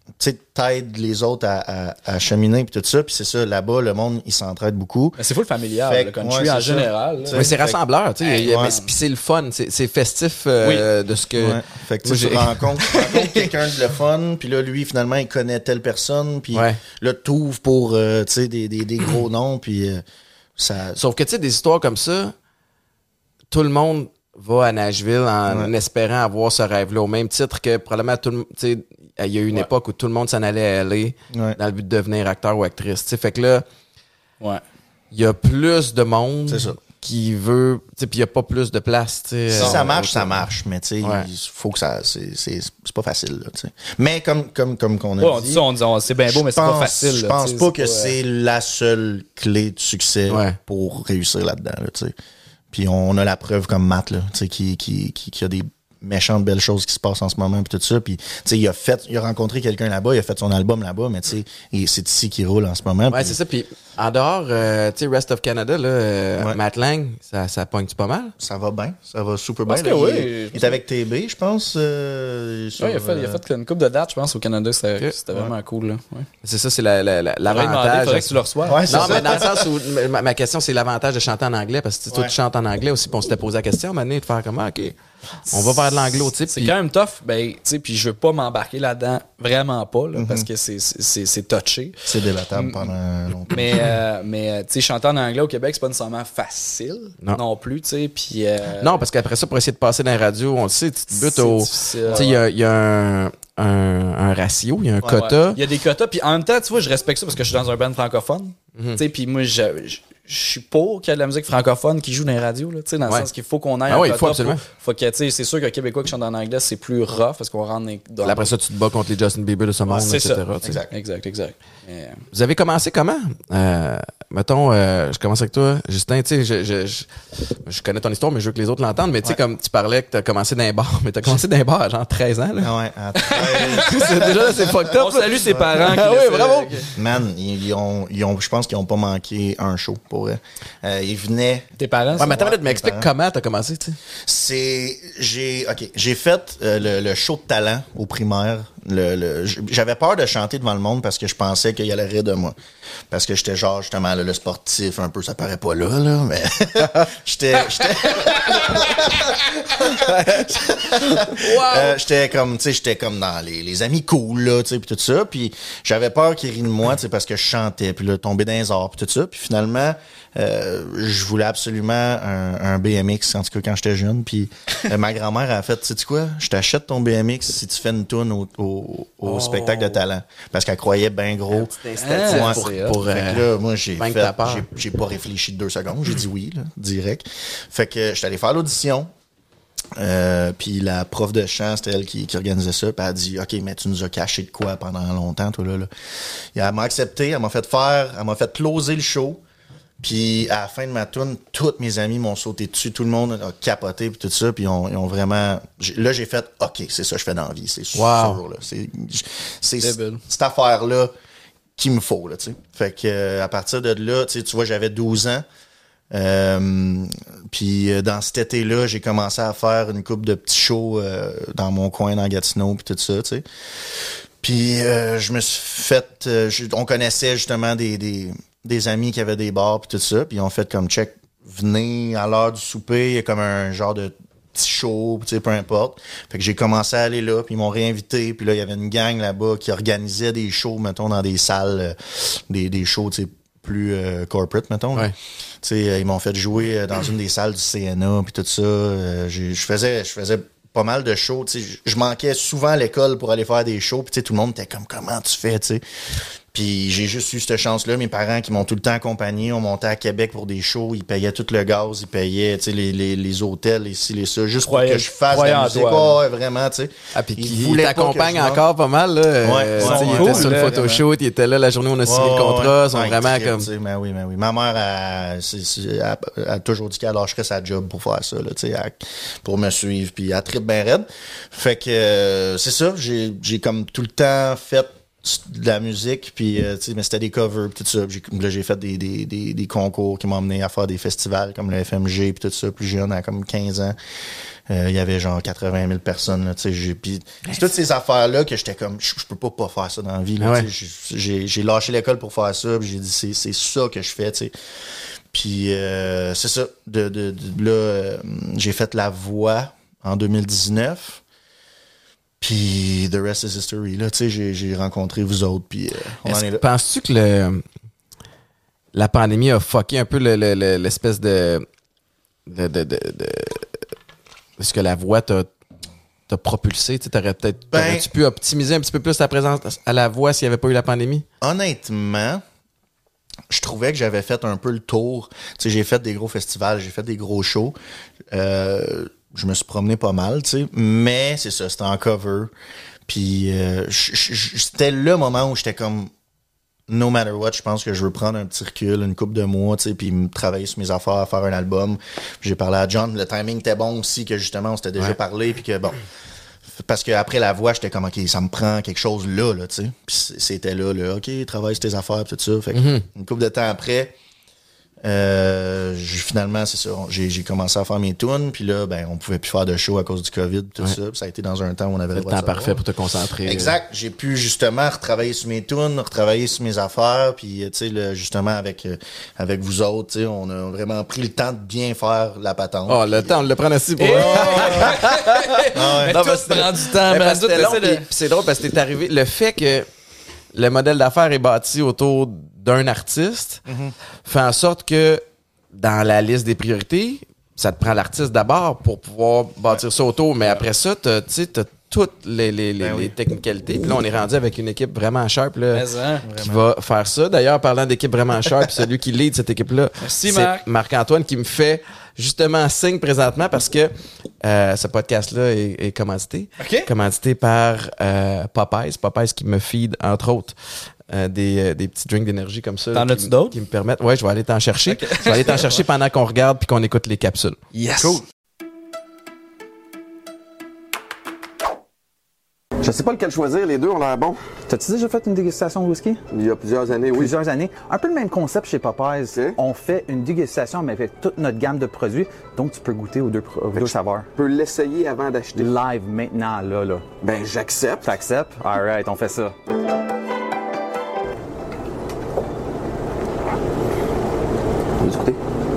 tu sais, t'aides les autres à, à, à cheminer puis tout ça. Puis c'est ça, là-bas, le monde, il s'entraide beaucoup. Mais c'est full familial, Fait le que, country ouais, en c'est général. ça. Mais c'est rassembleur, tu sais. Hey, il y a- ouais. mais c'est- Puis c'est le fun, c'est, c'est festif euh, de ce que. Ouais. Fait que tu Moi, sais, tu j'ai- rencontres, tu rencontres quelqu'un de le fun, puis là, lui, finalement, il connaît telle personne, puis Ouais. là, t'ouvres pour, euh, tu sais, des, des, des gros noms, puis euh, ça... Sauf que, tu sais, des histoires comme ça, tout le monde va à Nashville en Ouais. espérant avoir ce rêve-là, au même titre que probablement tout le monde, tu sais, il y a eu une Ouais. époque où tout le monde s'en allait à L A Ouais. dans le but de devenir acteur ou actrice. Tu sais, fait que là, Ouais. il y a plus de monde C'est ça. qui veut, tu sais, puis il y a pas plus de place, tu sais. Si euh, ça marche, autour. ça marche, mais tu sais, Ouais. il faut que ça... C'est, c'est, c'est pas facile, là, tu sais. Mais comme, comme, comme qu'on a Ouais, on dit... dit ça, on dit, on- c'est bien beau, je mais c'est pas pense- facile. Je là, pense tu sais, pas c'est que c'est la seule clé de succès Ouais. pour réussir là-dedans, là, tu sais. Puis on a la preuve comme Matt, là, tu sais, qui, qui, qui, qui a des méchantes belles choses qui se passent en ce moment, puis tout ça. Puis, tu sais, il a fait, il a rencontré quelqu'un là-bas, il a fait son album là-bas, mais tu sais, et c'est ici qu'il roule en ce moment. Ouais, puis- c'est ça. Puis en dehors, euh, tu sais, Rest of Canada, là, euh, Ouais. Matt Lang, ça, ça pogne-tu pas mal? Ça va bien, ça va super bien. pense que là. oui. Il, Je il pense est avec T B, je pense. euh, sur, Ouais, il, a fait, il a euh, fait une couple de dates, je pense, au Canada. C'était Ok. c'était vraiment cool. Là. Ouais. C'est ça, c'est la, la, la- Faudrait demander, l'avantage. faudrait que tu le reçoives. Ouais, c'est Non, ça. mais dans le sens où ma, ma question, c'est l'avantage de chanter en anglais, parce que tu sais, toi, Ouais. tu chantes en anglais aussi, puis on s'était posé la question, à un moment donné, de faire comment, OK, on va vers de l'anglo, tu sais. C'est puis- quand même tough, ben, tu sais, puis je veux pas m'embarquer là-dedans, vraiment pas, là, Mm-hmm. parce que c'est- c'est c'est touché. C'est débattable pendant longtemps. Mais, euh, mais euh, tu sais, chanter en anglais au Québec, c'est pas nécessairement facile Non. non, plus, tu sais, puis... euh, Non, parce qu'après ça, pour essayer de passer dans les radios, on le sait, tu te butes C'est au. Tu difficile, sais, il y a, il y a un, un, un ratio, il y a un Ouais, quota. ouais. Il y a des quotas, puis en même temps, tu vois, je respecte ça parce que je suis dans un band francophone. Mhm. Tu sais, puis moi, je, je, je suis pour qu'il y ait de la musique francophone qui joue dans les radios, là, tu sais, dans le Ouais. sens qu'il faut qu'on aille Ah un ouais, il quota faut absolument. pour- faut que, tu sais, c'est sûr qu'un Québécois qui chante en anglais, c'est plus rough parce qu'on rentre dans... Là, après ça, tu te bats contre les Justin Bieber de ce monde, c'est et cetera. ça. tu sais. Exact. Exact, exact. Mais, euh, Vous avez commencé comment? Euh, mettons, euh, je commence avec toi, Justin, tu sais, je, je, je, je connais ton histoire, mais je veux que les autres l'entendent, mais tu sais, Ouais. comme tu parlais que t'as commencé dans un bar, mais t'as commencé dans un bar à genre treize ans, là. Ah ouais, à treize, C'est déjà, là, c'est fucked up. on salue ses parents. qui Ah oui, laissaient- bravo. man, ils, ils ont, ils ont, je pense qu'ils ont pas manqué un show pour eux. Euh, ils venaient. Tes parents, Ouais, ça? mais attends, Ouais, une minute, m'explique mes comment t'as commencé, tu sais. C'est, j'ai, ok, j'ai fait euh, le, le show de talent au primaire. Le, le, j'avais peur de chanter devant le monde parce que je pensais qu'il allait rire de moi. Parce que j'étais genre, justement, là, le sportif, un peu, ça paraît pas là, là, mais j'étais, j'étais, Euh, j'étais comme, tu sais, j'étais comme dans les, les amis cool, là, tu sais, puis tout ça. Puis j'avais peur qu'ils rient de moi, tu sais, parce que je chantais, puis là, tomber dans les arts, puis tout ça. Puis finalement, euh, je voulais absolument un, un B M X, en tout cas quand j'étais jeune. Puis euh, ma grand-mère a fait, sais-tu quoi, je t'achète ton B M X si tu fais une toune au, au, au spectacle de talent. Parce qu'elle croyait bien gros. incitatif Ouais, pour- pour, pour, fait euh, que là, moi, j'ai vaincre fait, ta peur. j'ai, j'ai pas réfléchi de deux secondes, j'ai dit oui, là, direct. Fait que j'étais allé faire l'audition. Euh, puis la prof de chant, c'était elle qui, qui organisait ça. Puis elle a dit, OK, mais tu nous as caché de quoi pendant longtemps, toi, là, là. Et elle m'a accepté, elle m'a fait faire, elle m'a fait closer le show. Puis à la fin de ma tourne, tous mes amis m'ont sauté dessus, tout le monde a capoté puis tout ça, puis ils ont, ils ont vraiment... j'ai- Là, j'ai fait, OK, c'est ça que je fais dans la vie, c'est sûr, Wow. là. C'est, c'est Débile. cette affaire-là qu'il me faut, là, tu sais. Fait que euh, à partir de là, tu sais, tu vois, j'avais douze ans. Euh, puis euh, dans cet été-là, j'ai commencé à faire une couple de petits shows euh, dans mon coin, dans Gatineau, puis tout ça, tu sais. Puis euh, je me suis fait... euh, je- on connaissait justement des, des, des amis qui avaient des bars, puis tout ça, puis ils ont fait comme check, venez à l'heure du souper, il y a comme un genre de petit show, tu sais, peu importe. Fait que j'ai commencé à aller là, puis ils m'ont réinvité, puis là, il y avait une gang là-bas qui organisait des shows, mettons, dans des salles, euh, des, des shows, tu sais, plus euh, corporate, mettons. là. Ouais. Tu sais, euh, ils m'ont fait jouer euh, dans une des salles du C N A, puis tout ça. Euh, j'ai- je faisais, je faisais pas mal de shows. Tu sais, je- je manquais souvent à l'école pour aller faire des shows, puis tu sais, tout le monde était comme, comment tu fais, tu sais. Puis j'ai juste eu cette chance-là. Mes parents qui m'ont tout le temps accompagné, on montait à Québec pour des shows, ils payaient tout le gaz, ils payaient, tu sais, les, les, les hôtels, les ci, les ça, juste Croyez- pour que je fasse de croyez la en musique. toi, Ouais, là. ouais, vraiment, tu sais. Ah, puis Ils qui voulaient pas t'accompagne que je encore pas mal, là. Ouais, Euh, ils tu sais, sont il cool, était sur le là, photoshoot, il était là la journée où on a signé Ouais, le contrat, ouais. ils sont Ouais, vraiment trip, comme... tu sais, ben oui, ben oui. Ma mère a, c'est- c'est- elle- elle a toujours dit qu'elle lâcherait sa job pour faire ça, là, tu sais, elle- pour me suivre, puis elle tripe bien raide. Fait que euh, c'est ça, j'ai, j'ai comme tout le temps fait de la musique, puis euh, tu sais, mais c'était des covers, puis tout ça. J'ai, là, j'ai fait des, des, des, des concours qui m'ont amené à faire des festivals comme le F M G, puis tout ça. Plus jeune, à comme quinze ans, il euh, y avait genre quatre-vingt mille personnes. Là, j'ai, puis c'est toutes ces affaires-là que j'étais comme, je peux pas pas faire ça dans la vie. Là, ouais. j'ai, j'ai lâché l'école pour faire ça, puis j'ai dit, c'est, c'est ça que je fais, tu sais. Puis euh, c'est ça. De, de, de là, euh, j'ai fait la voix en deux mille dix-neuf. Puis the rest is history. Là, tu sais, j'ai, j'ai rencontré vous autres, puis euh, on Est-ce en est là. Penses-tu que le, la pandémie a fucké un peu le, le, le, l'espèce de, de, de, de, de... Est-ce que la voix t'a, t'a propulsé? Tu aurais peut-être ben, t'aurais-tu pu optimiser un petit peu plus ta présence à la voix s'il n'y avait pas eu la pandémie? Honnêtement, je trouvais que j'avais fait un peu le tour. Tu sais, j'ai fait des gros festivals, j'ai fait des gros shows. Euh... Je me suis promené pas mal, tu sais, mais c'est ça, c'était en cover. Puis euh, c'était le moment où j'étais comme, no matter what, je pense que je veux prendre un petit recul, une couple de mois, tu sais, puis travailler sur mes affaires, faire un album. Puis j'ai parlé à John, le timing était bon aussi, que justement, on s'était déjà ouais. parlé, puis que bon, parce qu'après la voix, j'étais comme, OK, ça me prend quelque chose là, là, tu sais. Puis c'était là, là, OK, travaille sur tes affaires, puis tout ça. Fait que mm-hmm. une couple de temps après... Euh, j'ai, finalement, c'est ça. J'ai, j'ai commencé à faire mes tunes, puis là, ben, on pouvait plus faire de show à cause du COVID, tout ouais. ça. Puis ça a été dans un temps où on avait le temps parfait pour te concentrer. Exact. J'ai pu justement retravailler sur mes tunes, retravailler sur mes affaires, puis tu sais, justement avec euh, avec vous autres, tu sais, on a vraiment pris le temps de bien faire la patente. Oh, le puis, temps, on le prend assis pour. Oh! ah ouais. Non, mais ça prend du temps. Mais c'était long, de... c'est drôle parce que t'es arrivé. Le fait que le modèle d'affaires est bâti autour d'un artiste, mm-hmm. fait en sorte que dans la liste des priorités, ça te prend l'artiste d'abord pour pouvoir bâtir ouais. ça autour. Mais ouais. après ça, tu sais, t'as toutes les, les, les, ben oui. les technicalités. Puis là, on est rendu avec une équipe vraiment sharp là, hein, qui vraiment. va faire ça. D'ailleurs, parlant d'équipe vraiment sharp, celui qui lead cette équipe-là, Merci, c'est Marc. Marc-Antoine qui me fait justement signe présentement parce que euh, ce podcast-là est, est commandité. Okay. Commandité par euh, Popeyes. Popeyes qui me feed, entre autres, Euh, des, euh, des petits drinks d'énergie comme ça. T'en as-tu d'autres? Qui me permettent. Ouais, je vais aller t'en chercher. Okay. Je vais aller t'en chercher pendant qu'on regarde puis qu'on écoute les capsules. Yes! Cool. Je sais pas lequel choisir, les deux ont l'air bons. T'as-tu déjà fait une dégustation de whisky? Il y a plusieurs années, oui. Plusieurs années. Un peu le même concept chez Popeyes. Okay. On fait une dégustation, mais avec toute notre gamme de produits, donc tu peux goûter aux deux, aux deux saveurs. Tu peux l'essayer avant d'acheter. Live, maintenant, là, là. Ben, j'accepte. T'acceptes? All right, on fait ça. On va discuter.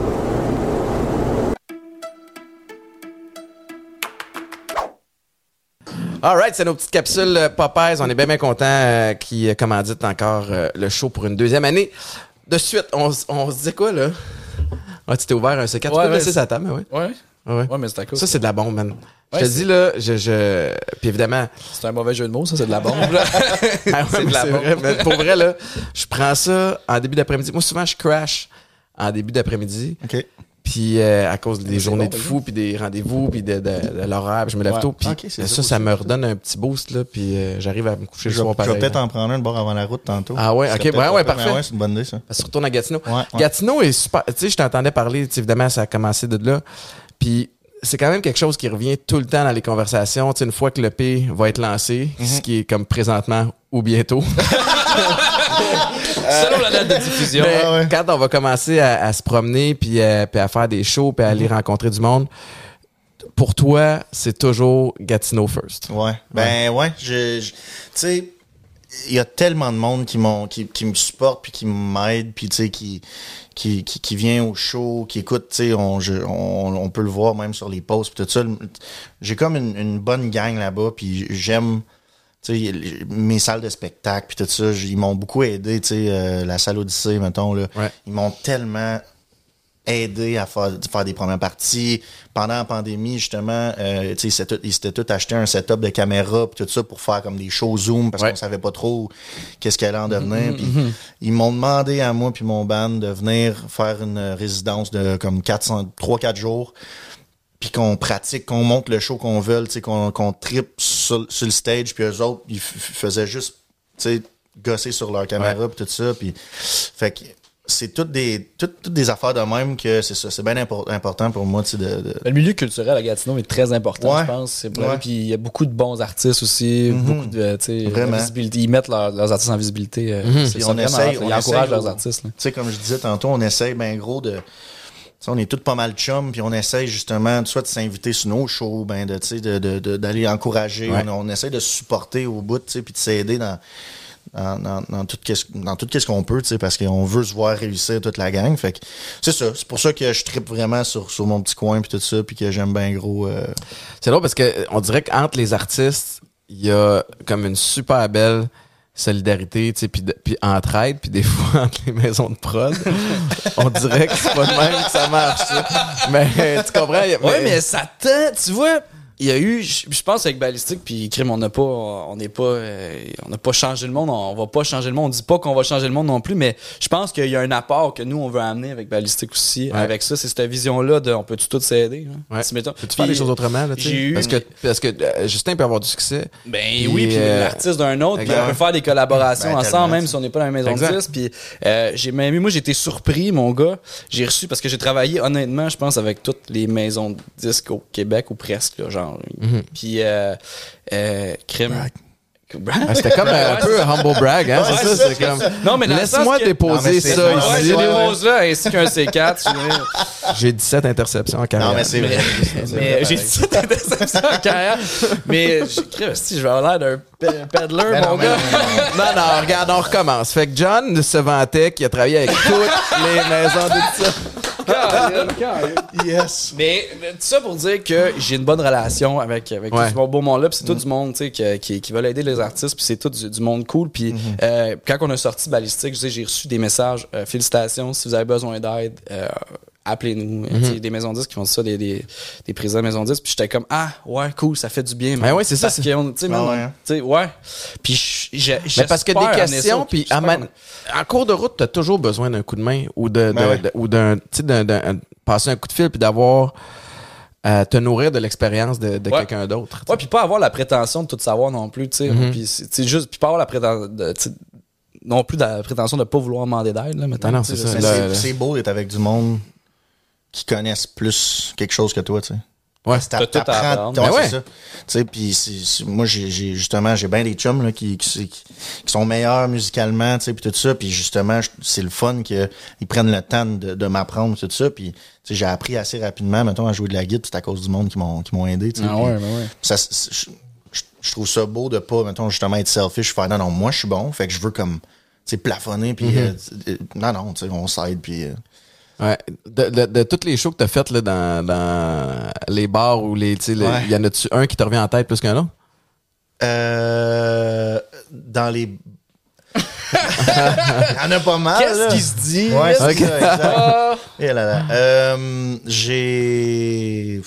All right, c'est nos petites capsules euh, Popeyes. On est bien, bien contents euh, qui commanditent encore euh, le show pour une deuxième année. De suite, on, on se disait quoi, là? Ah, tu t'es ouvert un C quatre. Ouais, tu peux ouais, laisser sa table, oui. Ouais. Ouais. ouais, mais c'est à cause. Ça, c'est de la bombe, man. Ouais, je te dis, là, je, je... Puis évidemment... C'est un mauvais jeu de mots, ça, c'est de la bombe. ah ouais, c'est de la c'est bombe. Vrai, mais pour vrai, là, je prends ça en début d'après-midi. Moi, souvent, je crash en début d'après-midi. OK. Puis euh, à cause des c'est journées bon, de fou, puis des rendez-vous, puis de, de, de l'horaire, je me lève ouais. tôt. Puis okay, ça, ça, ça me redonne un petit boost, là, puis euh, j'arrive à me coucher je le soir pareil. Je vais peut-être en prendre un de bord avant la route tantôt. Ah ouais, ok, ouais, ouais, parfait. Ouais, c'est une bonne idée, ça. Parce que retourne à Gatineau. Ouais, ouais. Gatineau est super. Tu sais, je t'entendais parler, évidemment, ça a commencé de là. Puis c'est quand même quelque chose qui revient tout le temps dans les conversations. Tu sais, une fois que le P va être lancé, mm-hmm. ce qui est comme présentement ou bientôt. Selon la date de diffusion. Mais ah ouais. Quand on va commencer à, à se promener, puis, euh, puis à faire des shows, puis à aller mm-hmm. rencontrer du monde, pour toi, c'est toujours Gatineau first. Ouais. Ben ouais, je, je tu sais, il y a tellement de monde qui m'ont, qui, qui me supporte puis qui m'aide, puis tu sais, qui, qui, qui, qui vient au show, qui écoute, tu sais, on, je, on, on peut le voir même sur les posts puis tout ça. J'ai comme une, une bonne gang là-bas, puis j'aime. T'sais, mes salles de spectacle puis tout ça, ils m'ont beaucoup aidé, tu sais, euh, la salle Odyssée, mettons, là. Ouais. Ils m'ont tellement aidé à faire, faire des premières parties. Pendant la pandémie, justement, euh, tu sais, ils s'étaient tout acheté un setup de caméra puis tout ça pour faire comme des shows Zoom parce ouais. qu'on savait pas trop qu'est-ce qu'elle allait en devenir. Mm-hmm. Puis ils m'ont demandé à moi puis mon band de venir faire une résidence de comme trois quatre jours. Puis qu'on pratique, qu'on monte le show qu'on veut, qu'on, qu'on trippe sur, sur le stage, puis eux autres, ils f- faisaient juste, tu sais, gosser sur leur caméra, ouais. puis tout ça, puis fait que c'est toutes des, toutes, toutes des affaires de même que c'est ça. C'est bien impor- important pour moi, tu sais, de, de... Le milieu culturel à Gatineau est très important, Ouais. je pense. C'est Ouais. Puis il y a beaucoup de bons artistes aussi, Mm-hmm. beaucoup de, tu sais, Vraiment. visibilité. Ils mettent leur- leurs artistes en visibilité. euh, Mm-hmm. c'est Puis ça, on vraiment, essaye, ils on encouragent essaye leurs au- artistes. là. Tu sais, comme je disais tantôt, on essaye ben gros de... Tu sais, on est tous pas mal chum, puis on essaye justement soit de s'inviter sur nos shows, ben de, tu sais, de, de, de- d'aller encourager. Ouais. On, on essaye de se supporter au bout, tu sais, puis de s'aider dans, dans, dans, dans tout qu'est-ce, dans tout qu'est-ce qu'on peut, tu sais, parce qu'on veut se voir réussir toute la gang. Fait que c'est ça. C'est pour ça que je trippe vraiment sur, sur mon petit coin puis tout ça, puis que j'aime bien gros. euh, C'est drôle parce que euh, on dirait qu'entre les artistes, il y a comme une super belle solidarité, tu sais, puis de- puis entraide, puis des fois entre les maisons de prod, on dirait que c'est pas de même que ça marche. Ça. Mais tu comprends? Mais, Ouais, mais ça tend, tu vois, il y a eu, je je pense avec Ballistique puis Crime, on n'a pas, on n'est pas, euh, on n'a pas changé le monde, on va pas changer le monde, on dit pas qu'on va changer le monde non plus, mais je pense qu'il y a un apport que nous on veut amener avec Ballistique aussi, Ouais. avec ça, c'est cette vision-là de, on peut-tu tous s'aider, hein? Ouais. Si, mettons- Peux-tu faire Puis, les choses autrement, là, tu sais? j'ai eu- Parce que, parce que euh, Justin peut avoir du succès. Ben Puis, oui, puis euh, l'artiste d'un autre, puis exact. on peut faire des collaborations Ben, ensemble, tellement, même tu sais. si on n'est pas dans la maison Exact. de disques. Puis euh, j'ai même eu, moi j'ai été surpris, mon gars. J'ai reçu, parce que j'ai travaillé honnêtement, je pense, avec toutes les maisons de disques au Québec, ou presque, là, genre. Mm-hmm. Puis euh, euh, Crime. Ah, c'était comme euh, un peu humble brag, hein? Ouais, c'est ça, c'est c'est comme. Non, mais dans le Laisse-moi sens que- déposer Non, mais c'est- ça ouais, Ouais, ici. j'ai là. des roses là, ainsi qu'un C quatre. je veux dire. J'ai dix-sept interceptions en carrière. Non, mais c'est vrai. Mais j'ai dit ça dans déception en carrière. Mais j'ai si je vais avoir l'air d'un pe- peddler, Ben mon non, mais gars. non, Non, non, regarde, on recommence. Fait que John se vantait qu'il a travaillé avec toutes les maisons d'édition. Yes. Mais, mais tout ça pour dire que j'ai une bonne relation avec, avec Ouais. tout ce beau monde-là. Puis c'est tout du monde tu sais, qui, qui, qui veulent aider les artistes. Puis c'est tout du, du monde cool. Puis euh, quand on a sorti Ballistique, je sais, j'ai reçu des messages. euh, félicitations, si vous avez besoin d'aide, euh, appelez-nous. Tu sais, des maisons disques qui font ça, des, des, des présidents de maisons disques. Puis j'étais comme, ah, ouais, cool, ça fait du bien. Ben ouais, c'est ça, Parce c'est- que, on- tu sais, Ah man, ouais, hein. tu sais, ouais. Puis j'ai- Mais parce que des j'espère amener questions, ça, puis j'espère à man- qu'on- en cours de route, t'as toujours besoin d'un coup de main ou de, de- Ben ouais. de- ou d'un, tu sais, d'un, d'un- passer un coup de fil puis d'avoir à te nourrir de l'expérience de, de Ouais. quelqu'un d'autre. tu sais. Ouais, puis pas avoir la prétention de tout savoir non plus, tu sais. Mhm. Puis c'est- tu sais, juste, puis pas avoir la prétention de, tu sais, non plus de la prétention de pas vouloir demander d'aide, là, mettons. Ah non, tu sais, c'est ça. je Mais Là, c'est, là. c'est beau d'être avec du monde qui connaissent plus quelque chose que toi, tu sais. Ouais. T'a- T'as tout à t'apprends- apprendre. ouais, Ben c'est ouais. ça. Tu sais, puis c'est- c'est- moi, j'ai, j'ai justement, j'ai bien des chums là, qui, qui, qui, qui sont meilleurs musicalement, tu sais, puis tout ça. Puis justement, je- c'est le fun qu'ils prennent le temps de, de m'apprendre tout ça. Puis tu sais, j'ai appris assez rapidement, mettons, à jouer de la guitare, c'est à cause du monde qui m'ont, qui m'ont aidé. Tu sais, Ah puis ouais, ben ouais. ça, c'est- je, je- je trouve ça beau de pas, mettons, justement être selfish, faire non, non, moi, je suis bon, fait que je veux comme, tu sais, plafonner, puis euh, euh, non, non, tu sais, on s'aide, puis... euh, Ouais. De, de, de toutes les shows que t'as faites là, dans, dans les bars ou les. Tu sais, le- Ouais. y en a-tu un qui te revient en tête plus qu'un autre? Euh, dans les. Il y en a pas mal. Qu'est-ce là. qui se dit? Ouais, c'est Ok. ça, exact. Ah! Et là, là. Euh, j'ai.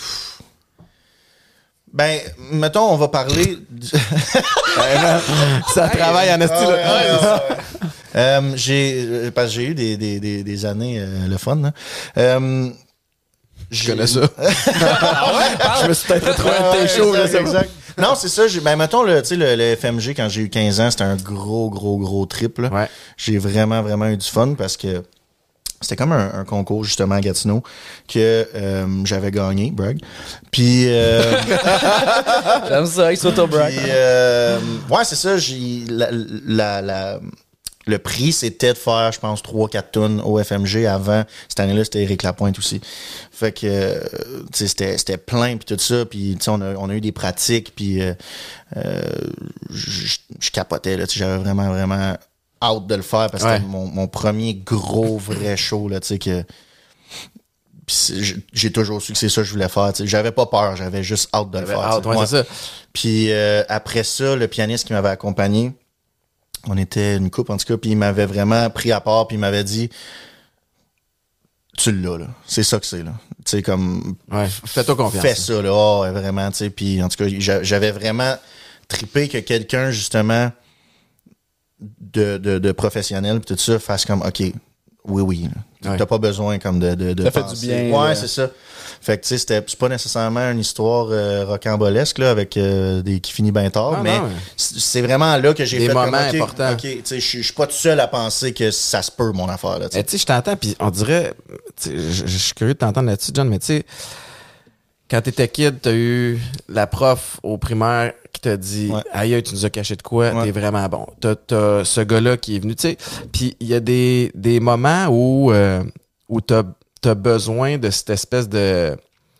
Ben, mettons, on va parler. du- Ça travaille en esti. Ah ouais, là. ouais, ouais, ouais. Euh, j'ai, euh, parce que j'ai eu des, des, des, des années euh, le fun. Hein. Euh, Je connais ça. Je me suis peut-être retrouvé Ouais, à tes ouais, shows. là, exact, c'est bon. exact. Non, c'est ça. J'ai, ben, mettons, le, tu sais, le, le F M G, quand j'ai eu quinze ans, c'était un gros, gros, gros trip. Là. Ouais. J'ai vraiment, vraiment eu du fun parce que c'était comme un, un concours, justement, à Gatineau, que euh, j'avais gagné, brag. Puis... Euh, J'aime ça, il s'auto-brag. Puis, euh, ouais, c'est ça. J'ai, la, la, la- le prix, c'était de faire, je pense, trois quatre tonnes au F M G avant. Cette année-là, c'était Éric Lapointe aussi. Fait que, euh, tu sais, c'était, c'était plein, puis tout ça. Puis, tu sais, on a, on a eu des pratiques, puis euh, euh, je je capotais, là. Tu sais, j'avais vraiment, vraiment hâte de le faire parce que Ouais. c'était mon, mon premier gros, vrai show, là, tu sais, que... Puis c'est- j'ai- j'ai toujours su que c'est ça que je voulais faire. tu sais. J'avais pas peur, j'avais juste hâte de le J'avais faire. hâte, tu sais. ouais, c'est ça. Puis euh, après ça, le pianiste qui m'avait accompagné, on était une couple en tout cas, puis il m'avait vraiment pris à part, puis il m'avait dit tu l'as là, c'est ça que c'est là. Tu sais comme Ouais. Fais-toi confiance. fais ça là, oh, ouais, vraiment, tu sais. Puis en tout cas, j'a- j'avais vraiment trippé que quelqu'un justement de, de, de professionnel puis tout ça fasse comme ok, oui, oui. Ouais. T'as pas besoin comme de, de, de Ça fait penser. du bien, Ouais, là. c'est ça. Fait que tu sais, c'était c'est pas nécessairement une histoire euh, rocambolesque là avec euh, des qui finit bien tard, Non, mais non, ouais. c'est c'est vraiment là que j'ai Des fait moments comme, ok, importants. ok, tu sais, je suis- je suis pas tout seul à penser que ça se peut mon affaire là. tu sais. Eh, tu sais, je t'entends, puis on dirait, tu sais, je je suis curieux de t'entendre là-dessus, John, mais tu sais, quand t'étais kid, t'as eu la prof au primaire qui t'a dit, Ouais. aïe, tu nous as caché de quoi, Ouais. t'es vraiment bon. T'as, t'as ce gars-là qui est venu, tu sais, puis il y a des, des moments où, euh, où t'as, t'as besoin de cette espèce de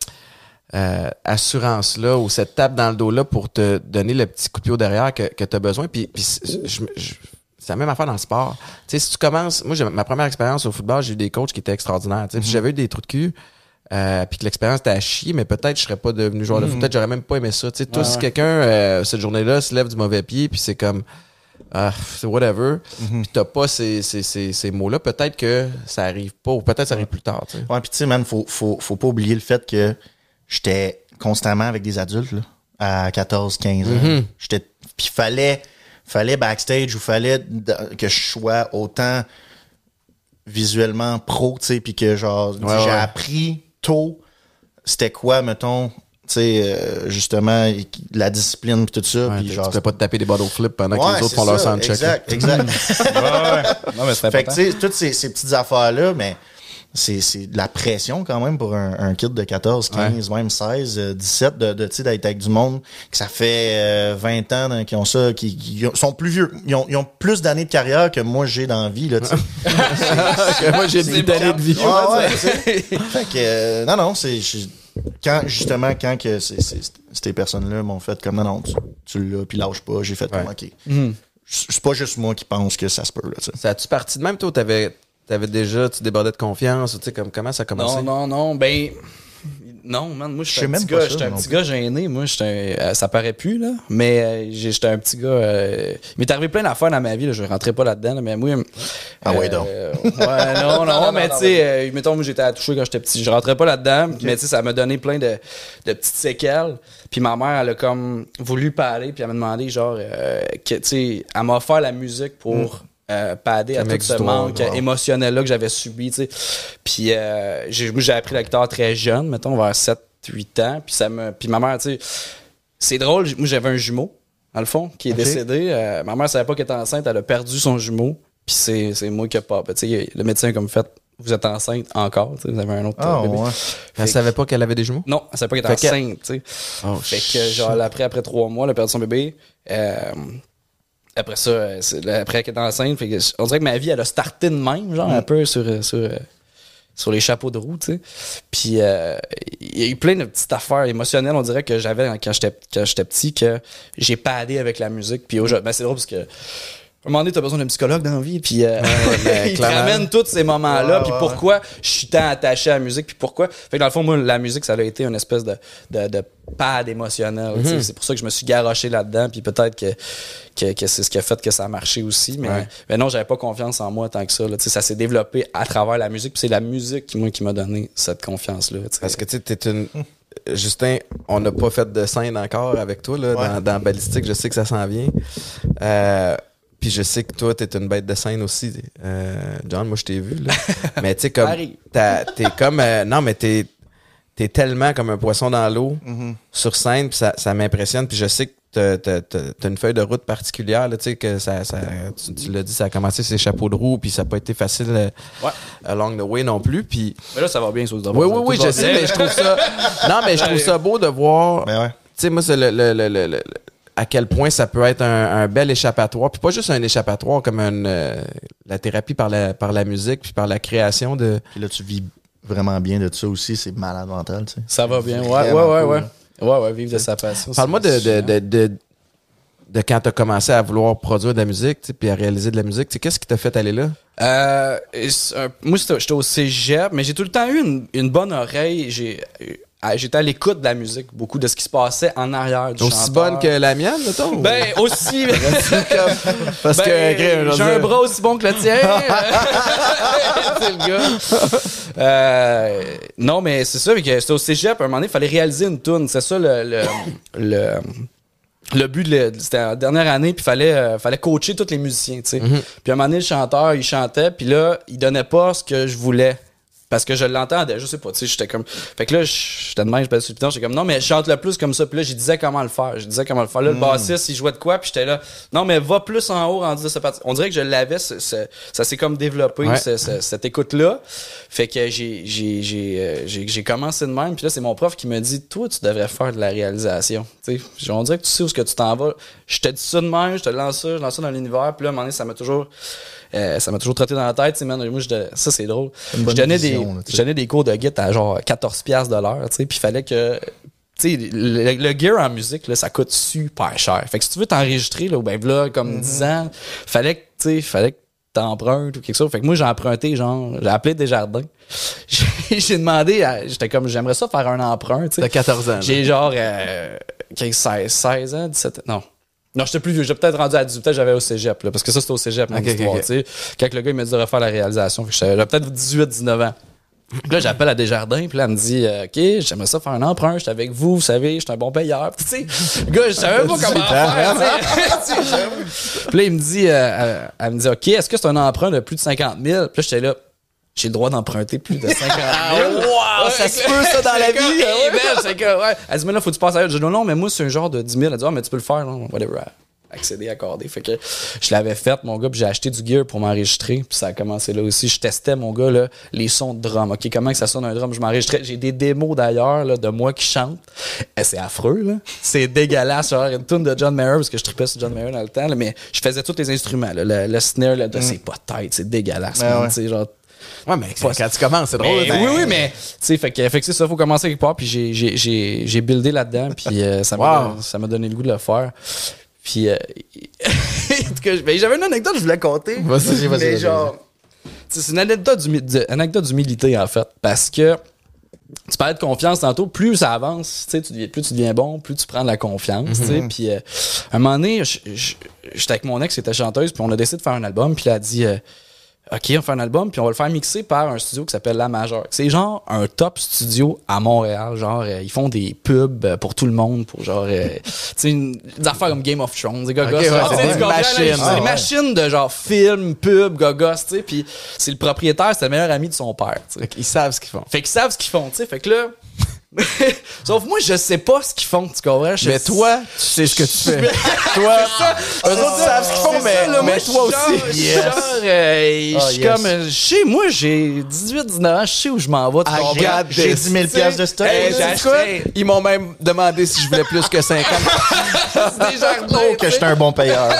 euh, assurance-là ou cette tape dans le dos-là pour te donner le petit coup de pied au derrière que, que t'as besoin, puis, puis je- je- je- c'est la même affaire dans le sport. Tu sais, si tu commences, moi, j'ai, ma première expérience au football, j'ai eu des coachs qui étaient extraordinaires. Tu sais, puis j'avais eu des trous de cul, euh, puis que l'expérience était à chier, mais peut-être je serais pas devenu joueur de foot. Peut-être j'aurais même pas aimé ça. Tu sais, toi, si quelqu'un euh, cette journée-là se lève du mauvais pied, puis c'est comme, ah, c'est whatever, puis t'as pas ces, ces, ces, ces mots-là, peut-être que ça arrive pas, ou peut-être ça arrive plus tard. Tu sais. Ouais, puis tu sais, man, faut, faut, faut pas oublier le fait que j'étais constamment avec des adultes, là, à quatorze, quinze ans. Mm-hmm. J'étais, puis fallait, fallait backstage ou fallait d- que je sois autant visuellement pro, tu sais, puis que genre, Ouais, j'ai ouais. appris tôt c'était quoi, mettons, tu sais, euh, justement, la discipline puis tout ça, Ouais, puis tu genre... peux pas te taper des bottle flips pendant que Ouais, les autres c'est font leur ça, soundcheck. exact, exact. Non, mais c'est Fait que, important. tu sais, toutes ces, ces petites affaires-là, mais c'est, c'est de la pression quand même pour un, un kid de quatorze, quinze, même seize, euh, dix-sept, de, de, tu sais, d'être avec du monde que ça fait euh, vingt ans hein, qui ont ça, qui, qui sont plus vieux. Ils ont, ils ont plus d'années de carrière que moi j'ai dans la vie, là, tu sais. Que moi, j'ai des années de vie. Ah ouais, tu sais. Fait que, euh, non, non, c'est... je- Quand, justement, quand que c'est, c'est, ces personnes-là m'ont fait comme, non, non, tu, tu l'as, puis lâche pas, j'ai fait comme, Ouais. OK. C'est pas juste moi qui pense que ça se peut, là, tu sais. Ça a-tu parti de même, toi, t'avais, t'avais déjà, tu débordais de confiance, ou tu sais, comme, comment ça a commencé? Non, non, non, ben... Non, man, moi, Je j'étais sais un même petit pas gars, ça, j'étais un non petit plus. gars gêné. Moi, j'étais un- euh, ça paraît plus, là, mais euh, j'ai- j'étais un petit gars... euh, il m'est arrivé plein d'affaires dans ma vie, là, je rentrais pas là-dedans, là, mais moi... Ah ouais, euh, donc. Ouais, non, non, mais tu sais, euh, mettons, moi, j'étais touché quand j'étais petit. Je rentrais pas là-dedans, mais tu sais, ça m'a donné plein de, de petites séquelles. Puis ma mère, elle a comme voulu parler, puis elle m'a demandé, genre, euh, que, tu sais, elle m'a offert la musique pour... Euh, padder à Comme tout ce exutoire, manque wow. émotionnel-là que j'avais subi, tu sais. Puis euh, j'ai, moi, j'ai appris la guitare très jeune, mettons, vers sept huit ans. Puis ça me, puis ma mère, tu sais, c'est drôle, moi, j'avais un jumeau, dans le fond, qui est décédé. Euh, ma mère savait pas qu'elle était enceinte, elle a perdu son jumeau. Puis c'est, c'est moi qui ai pas. Tu sais, le médecin a comme fait, vous êtes enceinte encore, tu sais, vous avez un autre Ah, euh, bébé. ouais. Elle savait pas qu'elle avait des jumeaux? Non, elle savait pas qu'elle était Fait que- enceinte, tu sais. Oh, Fait que, genre, après, après trois mois, elle a perdu son bébé. Euh, après ça, euh, c'est- après qu'elle était enceinte, fait que, on dirait que ma vie, elle a starté de même, genre, un peu sur, euh, sur, euh, sur les chapeaux de roue, tu sais. Puis, euh, il y a eu plein de petites affaires émotionnelles, on dirait, que j'avais quand j'étais, quand j'étais petit, que j'ai padé avec la musique. Puis, aujourd'hui, ben, c'est drôle parce que, à un moment donné, t'as besoin d'un psychologue dans la vie, puis euh, ben, il te clairement. ramène tous ces moments-là, Ouais, puis ouais, pourquoi je suis tant attaché à la musique, puis pourquoi. Fait que dans le fond, moi, la musique, ça a été une espèce de, de, de pad émotionnel. tu sais. C'est pour ça que je me suis garoché là-dedans, puis peut-être que, que, que c'est ce qui a fait que ça a marché aussi. Mais, Ouais. mais non, j'avais pas confiance en moi tant que ça. Là. Tu sais, ça s'est développé à travers la musique, puis c'est la musique qui, moi, qui m'a donné cette confiance-là. tu sais. Parce que, tu sais, t'es une... Justin, on n'a pas fait de scène encore avec toi, là, Ouais. dans, dans Ballistique. Je sais que ça s'en vient. Euh... Puis je sais que toi, t'es une bête de scène aussi. Euh, John, moi, je t'ai vu, là. Mais tu sais, comme... Arrive. t'as- T'es comme... euh, non, mais t'es... T'es tellement comme un poisson dans l'eau sur scène, puis ça, ça m'impressionne. Puis je sais que t'as, t'as, t'as- t'as une feuille de route particulière, là, tu sais, que ça... ça tu tu l'as dit, ça a commencé ses chapeaux de roue, puis ça n'a pas été facile euh, Ouais. along the way non plus. Puis... Mais là, ça va bien, sur le Oui, oui, oui, je sais, mais je trouve ça... Non, mais je trouve ça beau de voir... Mais ouais. Tu sais, moi, c'est le, le, le, le- le- à quel point ça peut être un, un bel échappatoire. Puis pas juste un échappatoire comme une, euh, la thérapie par la, par la musique, puis par la création de... Puis là, tu vis vraiment bien de ça aussi, c'est malade mental, tu sais. Ça va bien, ouais, ouais, Vraiment ouais, cool, ouais. là. Ouais, ouais, vivre de sa passion. Parle-moi c'est- de, de, de, de, de quand t'as commencé à vouloir produire de la musique, tu sais, puis à réaliser de la musique. Tu sais, qu'est-ce qui t'a fait aller là? Euh, et c'est un- moi, c'était- j'étais au cégep, mais j'ai tout le temps eu une, une bonne oreille. J'ai, euh, j'étais à l'écoute de la musique, beaucoup de ce qui se passait en arrière du Aussi chanteur. bonne que la mienne, mettons? ou- Ben, aussi. Parce Ben, que, Graham, je veux j'ai un dire- bras aussi bon que le tien. C'est le gars. Euh, non, mais c'est ça, fait que c'était au cégep. À un moment donné, il fallait réaliser une tune. C'est ça le, le, le, le but, de le- c'était la dernière année, puis fallait, euh, fallait coacher tous les musiciens, tu sais. Mm-hmm. Puis à un moment donné, le chanteur, il chantait, puis là, il donnait pas ce que je voulais. Parce que je l'entendais, je sais pas, tu sais, j'étais comme... Fait que là, j'étais de même, je passais sur le piton, j'étais comme, non, mais chante le plus comme ça. Puis là, je disais comment le faire, je disais comment le faire. Là, le bassiste, il jouait de quoi, puis j'étais là, non, mais va plus en haut, rendu de cette partie. On dirait que je l'avais, ce- ce- ça s'est comme développé, Ouais. ce- ce- cette écoute-là. Fait que j'ai, j'ai, j'ai, euh, j'ai, j'ai commencé de même, puis là, c'est mon prof qui me dit, toi, tu devrais faire de la réalisation. Tu sais, on dirait que tu sais où est-ce que tu t'en vas. Je te dis ça de même, je te lance ça, je lance ça dans l'univers, puis là, à un moment donné, ça m'a toujours... Euh, ça m'a toujours trotté dans la tête, tu sais, man. Moi, je, ça, c'est drôle. une bonne Je donnais, vision, des, là, tu sais. je donnais des cours de guitare à genre quatorze piastres de l'heure, tu sais, puis il fallait que... Tu sais, le, le gear en musique, là, ça coûte super cher. Fait que si tu veux t'enregistrer, là, ben là, comme Mm-hmm. dix ans, fallait que, tu sais, fallait que t'empruntes ou quelque chose. Fait que moi, j'ai emprunté, genre, j'ai appelé Desjardins. J'ai, j'ai demandé, à- j'étais comme, j'aimerais ça faire un emprunt, tu sais. T'as quatorze ans. là. J'ai genre euh, seize, seize ans, dix-sept ans. Non. Non, j'étais plus vieux. J'ai peut-être rendu à dix-huit. Peut-être j'avais au cégep, là, parce que ça, c'était au cégep, mon Ok, histoire, ok, ok. tu sais. Quand le gars, il m'a dit de refaire la réalisation, fait que j'avais j'avais peut-être dix-huit, dix-neuf ans. Puis là, j'appelle à Desjardins, puis là, elle me dit, euh, OK, j'aimerais ça faire un emprunt, j'étais avec vous, vous savez, j'étais un bon payeur. Puis, tu sais, le gars, je savais pas comment faire, tu sais. Puis là, il me dit, euh, euh, elle me dit, OK, est-ce que c'est un emprunt de plus de cinquante mille? Puis là, j'étais là, j'ai le droit d'emprunter plus de cinquante mille. wow, ça se peut, ça, dans la vie, Hey, man, c'est que, ouais. Elle dit, mais là, faut que tu passes à elle. Je dis, non, non, mais moi, c'est un genre de dix mille. Elle dit, ah, mais tu peux le faire, non, whatever. Accéder, accorder. Fait que je l'avais fait, mon gars, puis j'ai acheté du gear pour m'enregistrer, puis ça a commencé là aussi. Je testais, mon gars, là, les sons de drum. OK, comment que ça sonne un drum? Je m'enregistrais. J'ai des démos d'ailleurs, là, de moi qui chante. Et c'est affreux, là. C'est dégueulasse. Genre, une tune de John Mayer, parce que je tripais sur John Mayer dans le temps, là, mais je faisais tous les instruments, là. Le, le snare, là, de, c'est pas tête, c'est dégueulasse, Ouais, man, ouais. tu sais, genre. Ouais, mais quand tu commences, c'est drôle. Mais hein. oui, oui, mais tu sais, fait que, fait que c'est ça, faut commencer quelque part, puis j'ai, j'ai, j'ai, j'ai buildé là-dedans, puis euh, ça, m'a, Wow. ça m'a donné le goût de le faire. Puis, euh, en tout cas, ben, j'avais une anecdote que je voulais compter. Vas-y, vas-y, Mais vas-y, genre, tu sais, c'est une anecdote, d'humi- de- anecdote d'humilité, en fait, parce que tu parlais de confiance tantôt, plus ça avance, tu sais, tu deviens- plus tu deviens bon, plus tu prends de la confiance, tu sais. Puis, euh, un moment donné, je- je- j'étais avec mon ex qui était chanteuse, puis on a décidé de faire un album, puis elle a dit... euh, OK, on fait un album, puis on va le faire mixer par un studio qui s'appelle La Majeure. C'est genre un top studio à Montréal. Genre, euh, ils font des pubs euh, pour tout le monde, pour genre, euh, tu sais, une- des affaires comme Game of Thrones, des gogos. Ok, ouais, Ah, c'est tu sais, des tu comprends, là, machines. C'est Ah, des ouais. machines de genre film, pub, gogos, tu sais. Puis c'est le propriétaire, c'est le meilleur ami de son père, tu sais. Fait qu'ils savent ce qu'ils font. Fait qu'ils savent ce qu'ils font, tu sais. Fait que là... Sauf moi, je sais pas ce qu'ils font, tu comprends? Je Mais sais- toi, tu sais ce que tu fais. Toi, eux autres savent ce qu'ils font, C'est mais, ça, là, moi, mais je toi suis genre- aussi. je suis genre, euh, Ah, je suis yes. comme, euh, je sais, moi, j'ai dix-huit, dix-neuf ans, je sais où je m'en vais, tu I comprends? got J'ai this. dix mille piastres de stock. Hey, Hey, j'ai sais-tu quoi? acheté- Ils m'ont même demandé si je voulais plus que cinquante. C'est des jardins, Oh, que tu sais. j'étais un bon payeur.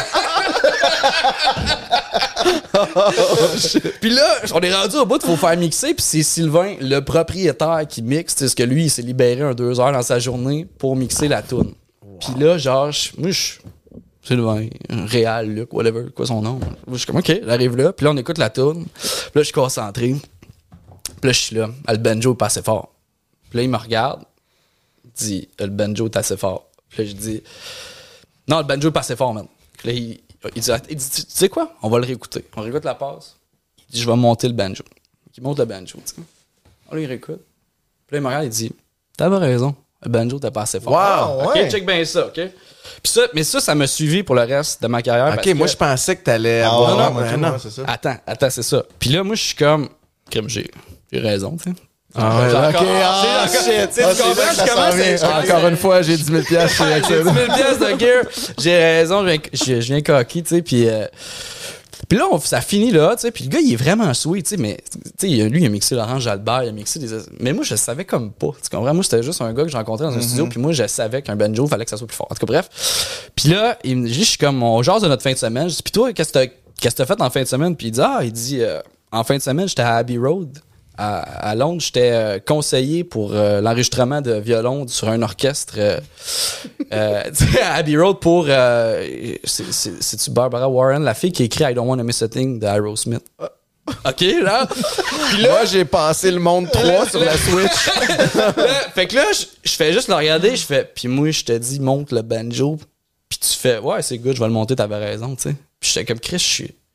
Puis là, on est rendu au bout, il faut faire mixer, puis c'est Sylvain, le propriétaire, qui mixe, tu sais, ce que lui, il s'est libéré un deux heures dans sa journée pour mixer la toune. Puis là, genre, je- moi, je Sylvain, Réal, Luc, whatever, quoi son nom. Moi, je suis comme, OK, j'arrive là, puis là, on écoute la toune. Puis là, je suis concentré. Puis là, je suis là, ah, le banjo est pas assez fort. Puis là, il me regarde, il dit, le banjo est assez fort. Puis là, je dis, non, le banjo est pas assez fort, man. Puis là, il, il dit, il dit, tu sais quoi? On va le réécouter. On réécoute la passe. Il dit, je vais monter le banjo. Il monte le banjo, tu sais. On le réécoute. Puis là, il me regarde, il dit, t'avais raison. Le banjo, t'es pas assez fort. Wow! OK, ouais. check bien ça, OK? Puis ça, mais ça, ça m'a suivi pour le reste de ma carrière. Ok, parce que- moi, je pensais que t'allais Ah, avoir. ouais, non, moi, mais tout, non. ouais, c'est ça. Attends, attends, c'est ça. Puis là, moi, je suis comme, crème, j'ai j'ai raison, tu sais. Ah, J'ai ok, encore- ah, j'ai encore- shit. tu sais, Ah, tu c'est comprends, là que je ça commence s'en vient. à- je commence Encore à- une fois, j'ai dix mille piastres chez J'ai Axel. dix mille piastres de gear. J'ai raison, je viens, je, je viens coquille, tu sais, puis... euh, puis là, on- ça finit là, tu sais, puis le gars, il est vraiment sweet, tu sais, mais, tu sais, il a- lui, il a mixé Laurent Jalbert, il a mixé des... Mais moi, je savais comme pas, tu comprends? Moi, c'était juste un gars que j'ai rencontré dans un studio, puis moi, je savais qu'un banjo, il fallait que ça soit plus fort. En tout cas, bref. Puis là, il me dit, je suis comme, on jase de notre fin de semaine, je dis, puis toi, qu'est-ce que t'as qu'est-ce que t'as fait en fin de semaine? Puis il dit, ah, il dit, euh, en fin de semaine, j'étais à Abbey Road. À, à Londres, j'étais euh, conseiller pour euh, l'enregistrement de violon sur un orchestre euh, euh, tu sais, à Abbey Road pour... euh, c'est- c'est- C'est-tu Barbara Warren, la fille qui a écrit I Don't Wanna Miss a Thing de Aerosmith? OK, là. Puis là, Moi, j'ai passé le monde trois sur la Switch. là, fait que là, je, je fais juste le regarder, je fais, puis moi, je te dis, monte le banjo. Puis tu fais, ouais, c'est good, je vais le monter, t'avais raison, tu sais. Puis j'étais comme, Chris, je suis.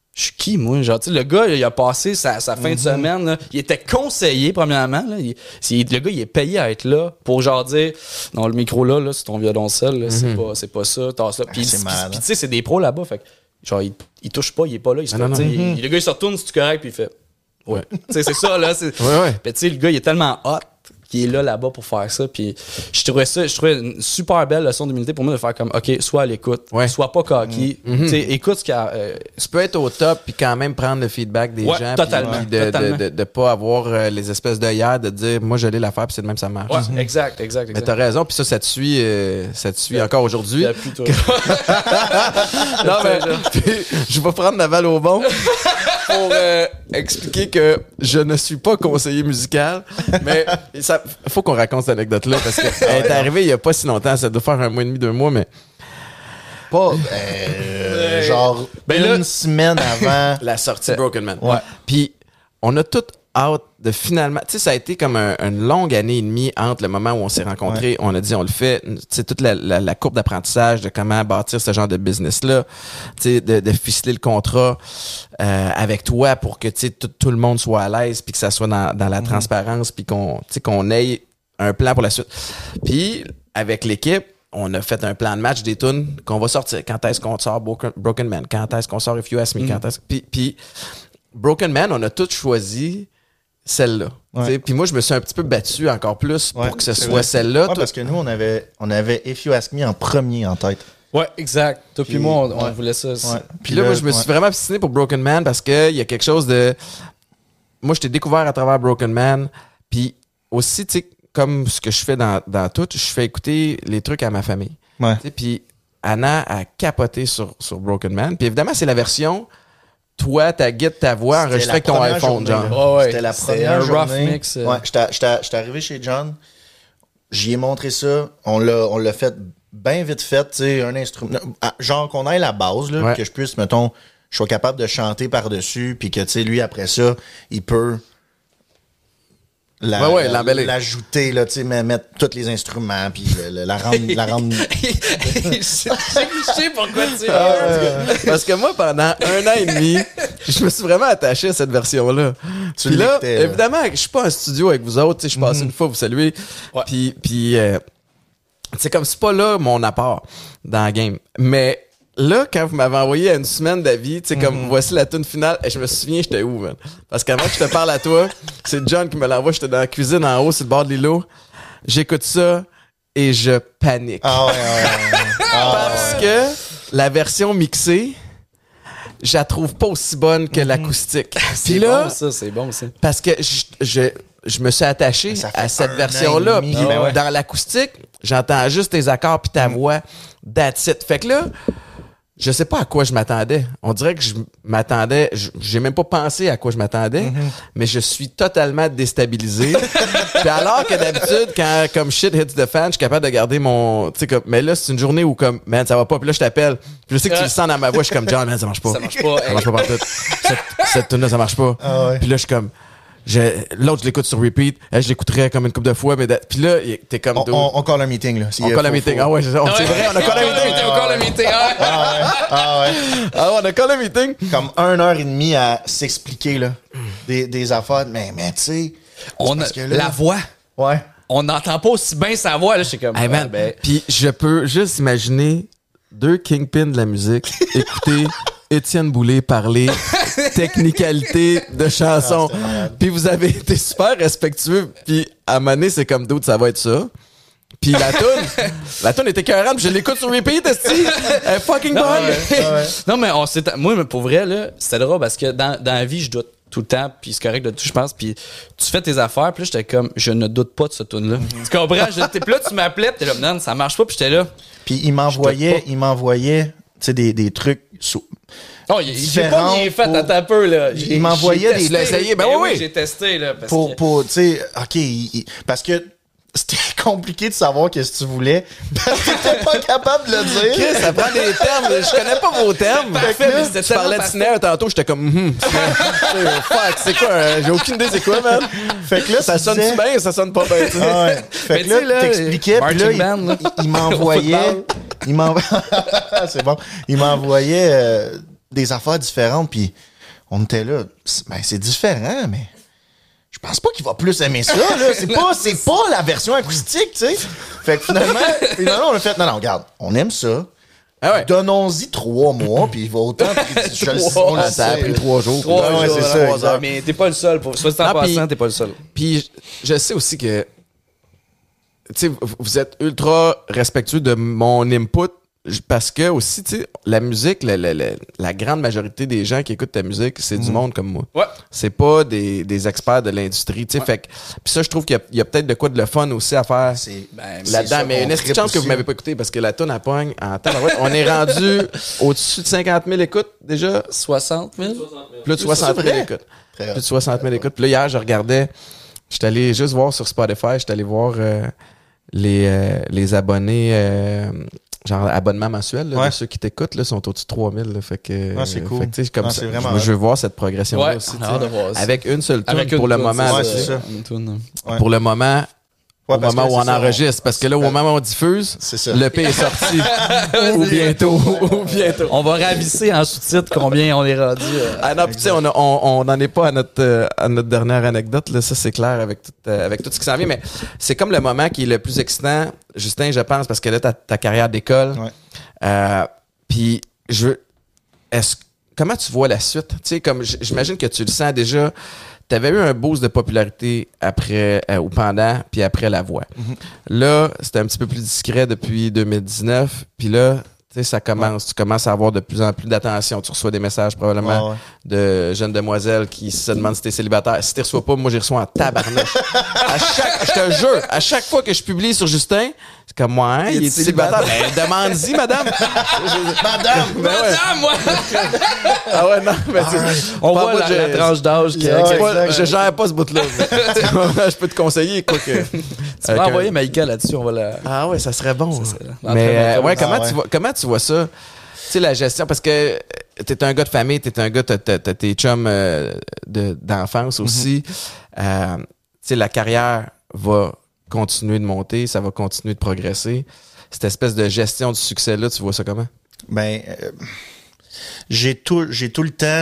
je suis qui, moi? Genre, tu sais, le gars, il a passé sa, sa fin Mm-hmm. de semaine, là. Il était conseillé, premièrement, là. Il, c'est- le gars, il est payé à être là pour, genre, dire, non, le micro là, là, c'est ton violoncelle, là, c'est pas, c'est pas ça, t'as ça. Puis, c'est puis- malade. puis, tu sais, c'est des pros là-bas, fait que, genre, il, il touche pas, il est pas là, il se non, fait, non. tu sais, il- le gars, il se retourne, c'est-tu correct, puis il fait, ouais. Tu sais, c'est ça, là. C'est, Ouais, ouais. Puis, tu sais, le gars, il est tellement hot qu'il est là, là-bas pour faire ça. Puis, je trouvais ça, je trouvais une super belle leçon d'humilité pour moi de faire comme, OK, sois à l'écoute, Ouais. sois pas cocky, Mm-hmm. tu sais, écoute ce qu'il y a. euh, Tu peux être au top puis quand même prendre le feedback des Ouais, gens. totalement, puis de, totalement. de, de, de pas avoir euh, les espèces d'œillères de dire moi je l'ai l'affaire puis c'est de même ça marche. Ouais, exact, exact, Mais exact. t'as raison, puis ça, ça te suit, euh, ça te suit encore aujourd'hui. Depuis, toi. Non, mais puis, je vais prendre la balle au bon pour euh, expliquer que je ne suis pas conseiller musical. Mais ça faut qu'on raconte cette anecdote-là parce qu'elle est arrivée il y a pas si longtemps. Ça doit faire un mois et demi, deux mois, mais Pas, euh, genre, Ben une là- semaine avant. la sortie de Broken Man. Ouais. Puis on a tout hâte de finalement. Tu sais, ça a été comme un- une longue année et demie entre le moment où on s'est rencontrés, on a dit on le fait. Tu sais, toute la, la, la courbe d'apprentissage de comment bâtir ce genre de business-là, tu sais, de, de ficeler le contrat euh, avec toi pour que tu sais, tout, tout le monde soit à l'aise puis que ça soit dans, dans la transparence puis qu'on, tu sais, qu'on ait un plan pour la suite. Puis avec l'équipe, on a fait un plan de match des tunes qu'on va sortir. Quand est-ce qu'on sort Broken, Broken Man? Quand est-ce qu'on sort If You Ask Me? Quand est-ce... Puis, puis Broken Man, on a tous choisi celle-là. Ouais. Tu sais, puis moi, je me suis un petit peu battu encore plus Ouais, pour que ce c'est soit vrai. celle-là. Ouais, Toi- parce que nous, on avait, on avait If You Ask Me en premier en tête. Ouais, exact. Toi puis Puis- moi, on, on ouais. voulait ça. Ouais. Puis là, moi, je me suis ouais. vraiment obstiné pour Broken Man parce qu'il y a quelque chose de... Moi, je t'ai découvert à travers Broken Man. Puis aussi, tu sais, comme ce que je fais dans, dans tout, je fais écouter les trucs à ma famille. Ouais. Tu sais, puis Anna a capoté sur, sur Broken Man. Puis évidemment, c'est la version, toi, ta guide, ta voix, C'était enregistrée la avec ton première iPhone, journée, genre. là. Ouais, ouais. C'était la C'était première un rough journée. mix, euh. Ouais, j'étais j'étais- j'étais arrivé chez John. J'y ai montré ça. On l'a on l'a fait bien vite fait, tu sais, un instrument. Ah, genre qu'on ait la base, là, Ouais. que je puisse, mettons, je sois capable de chanter par-dessus, puis que, tu sais, lui, après ça, il peut la- Ouais, ouais, la- l'embellir. l'ajouter, là, tu sais, mais mettre tous les instruments, puis le- le- la rendre... la rendre... je sais je sais pourquoi tu sais. Parce que moi, pendant un an et demi, je me suis vraiment attaché à cette version-là. Tu Puis là, l'écoutais, là. évidemment, je suis pas en studio avec vous autres. tu sais, Je passe une fois vous saluer. Ouais. Puis, puis euh, c'est comme, c'est pas là mon apport dans la game. Mais là, quand vous m'avez envoyé à une semaine d'avis, tu sais, comme voici la tune finale, et je me souviens, j'étais où, man? Parce qu'avant que je te parle à toi, c'est John qui me l'envoie, j'étais dans la cuisine en haut, sur le bord de l'îlot. J'écoute ça et je panique. Ah ouais, ouais, ouais. Ah, Parce que la version mixée, je la trouve pas aussi bonne que l'acoustique. C'est Puis là, bon, ça, c'est bon, ça. parce que je, je, je me suis attaché Ça fait à cette un version-là. an et demi. Puis Ben ouais. dans l'acoustique, j'entends juste tes accords puis ta voix. That's it. Fait que là, je sais pas à quoi je m'attendais. On dirait que je m'attendais, je- j'ai même pas pensé à quoi je m'attendais, mais je suis totalement déstabilisé. Puis alors que d'habitude, quand comme shit hits the fan, je suis capable de garder mon, tu sais comme, mais là c'est une journée où comme, man ça va pas, puis là je t'appelle, puis je sais que tu le sens dans ma voix, je suis comme John, man ça marche pas, Ça marche pas, ça marche pas partout. Cette, cette tune là ça marche pas. Ah ouais. Puis là je suis comme, je- l'autre je l'écoute sur repeat, elle, je l'écouterais comme une couple de fois, mais da- puis là il- t'es comme, On, dude, on, on call un meeting, là. S'il on faut- colle un meeting. faut- Ah ouais, c'est ça. On- c'est vrai, on a collé un meeting. encore le meeting. Ah, Ah ouais, ah ouais. Ah ouais, on a collé un meeting. Comme une heure et demie à s'expliquer, là, des, des affaires. Mais, mais tu sais... On c'est a parce que là- la voix. Ouais. On n'entend pas aussi bien sa voix. Là, je suis comme. Hey man, ah, ben, puis je peux juste imaginer deux kingpins de la musique écouter Étienne Boulay parler technicalité de chanson. Puis vous avez été super respectueux. Puis à un moment donné, c'est comme d'autres, ça va être ça. Puis la toune, la toune était écœurante, puis je l'écoute sur repeat, esti. Elle est fucking bonne. Non, mais on s'est. Moi, mais pour vrai, là, c'était drôle parce que dans, dans la vie, je doute tout le temps, puis c'est correct de tout, je pense. Puis tu fais tes affaires, puis là, j'étais comme, je ne doute pas de ce tune là. Tu comprends? Je- t'es- Puis là, tu m'appelais, puis t'es là, non, ça marche pas, puis j'étais là. Puis il m'envoyait, il m'envoyait, tu sais, des, des trucs... sous- Oh, il- j'ai pas Différent bien fait, pour- attends un peu, là. Il J'ai- m'envoyait j'ai des- testé. Tu l'as essayé? Ben Ben oui, oui. J'ai testé, là. Parce Pour, que... pour tu sais, OK, il- il- parce que c'était compliqué de savoir qu'est-ce que tu voulais. Parce que t'étais pas capable de le dire. Chris, ça prend des termes. Je connais pas vos termes. Parfait, mais c'était Tu parlais de tellement snare tantôt, j'étais comme, hum, snare. Fuck, c'est quoi? euh, J'ai aucune idée, c'est quoi, man? Fait que là, Ça tu sonne-tu disais- bien? Ça sonne pas bien, tu sais. Ah ouais. Fait Mais que tu sais, là, là, t'expliquais, puis là, marching il, band, là. il- il m'envoyait... Au football. il m'envoyait... c'est bon. Il m'envoyait... euh, des affaires différentes, puis on était là, c'est- ben c'est différent, mais je pense pas qu'il va plus aimer ça, là. C'est pas, c'est pas la version acoustique, tu sais. Fait que finalement, finalement, on a fait, non, non, regarde, on aime ça. Ah ouais. Donnons-y trois mois, puis il va autant. Je le sais, on le Ah, ça a sait, pris là. trois jours. Trois Ouais, ouais, jours, c'est là, ça, trois exact. heures. Mais t'es pas le seul. Pour... Soit dit en Ah, passant, puis- t'es pas le seul. Puis je je sais aussi que, tu sais, vous- vous êtes ultra respectueux de mon input j- parce que aussi, tu sais, la musique, la, la, la, la grande majorité des gens qui écoutent ta musique, c'est du monde comme moi. Ouais. C'est pas des, des experts de l'industrie, tu sais. Fait que, puis ça, je trouve qu'il y a, il y a peut-être de quoi de le fun aussi à faire C'est ben, c'est là-dedans. ça Mais qu'on une petite tripe chance que vous aussi. m'avez pas écouté parce que la tonne à pogne en tabarouette. On est rendu au-dessus de cinquante mille écoutes déjà. soixante mille? Plus de soixante mille vrai? écoutes. Très Plus hot. de soixante mille écoutes. Puis là, hier, je regardais, j'étais allé juste voir sur Spotify, j'étais allé voir euh, les, euh, les abonnés, euh, genre abonnement mensuel, là, Ouais. de ceux qui t'écoutent, là, sont au-dessus de trois mille. Là, fait que, Ah, c'est cool. fait que, tu sais, comme Ah, ça, c'est vraiment moi, je veux hot. voir cette progression-là Ouais, aussi. on a tu sais. hâte de voir ça. Avec une seule tune Avec pour une le toune, moment. Ouais, tu c'est sais. ça. Une toune. Ouais. Pour le moment, Ouais, au parce moment que où on c'est ça, enregistre. Parce que là, au moment où on diffuse, C'est ça. le P est sorti. ou bientôt. Ou bientôt. On va ravisser en sous-titre combien on est rendu. euh. Ah non, puis tu sais, on a- on on n'en est pas à notre euh, à notre dernière anecdote là, ça c'est clair avec tout euh, avec tout ce qui s'en vient, mais c'est comme le moment qui est le plus excitant, Justin, je pense, parce que là ta, ta carrière d'école. Ouais. Euh, puis je veux, est-ce comment tu vois la suite? Tu sais, comme j- j'imagine que tu le sens déjà. Tu avais eu un boost de popularité après euh, ou pendant puis après La Voix. Là, c'était un petit peu plus discret depuis deux mille dix-neuf, puis là, tu sais, ça commence, tu commences à avoir de plus en plus d'attention. Tu reçois des messages probablement Ouais, ouais. de jeunes demoiselles qui se demandent si t'es célibataire. Si t'es reçois pas, moi j'y reçois en tabarnouche. à chaque, je te jure, à chaque fois que je publie sur Justin, c'est comme moi, hein, il est célibataire. Ben, demande-y, madame. Madame! Ben ouais. moi! Ah ouais, non, mais c'est- On Pas voit moi, la, je- la tranche d'âge qui Yeah, qui- ouais. Pas- exact. je gère pas ce bout-là. mais- je peux te conseiller, quoi que. Tu m'as envoyé Maïka là-dessus, on va la. Ah ouais, ça serait bon. serait- Mais euh, Très bon, ouais, très bon. comment Ah tu ouais. vois comment tu vois ça? Tu sais, la gestion, parce que t'es un gars de famille, t'es un gars, t'as, t'as, t'as tes chums euh, de, d'enfance aussi. Euh, tu sais, la carrière va continuer de monter, ça va continuer de progresser. Cette espèce de gestion du succès-là, tu vois ça comment? Ben, euh, j'ai tout, j'ai tout le temps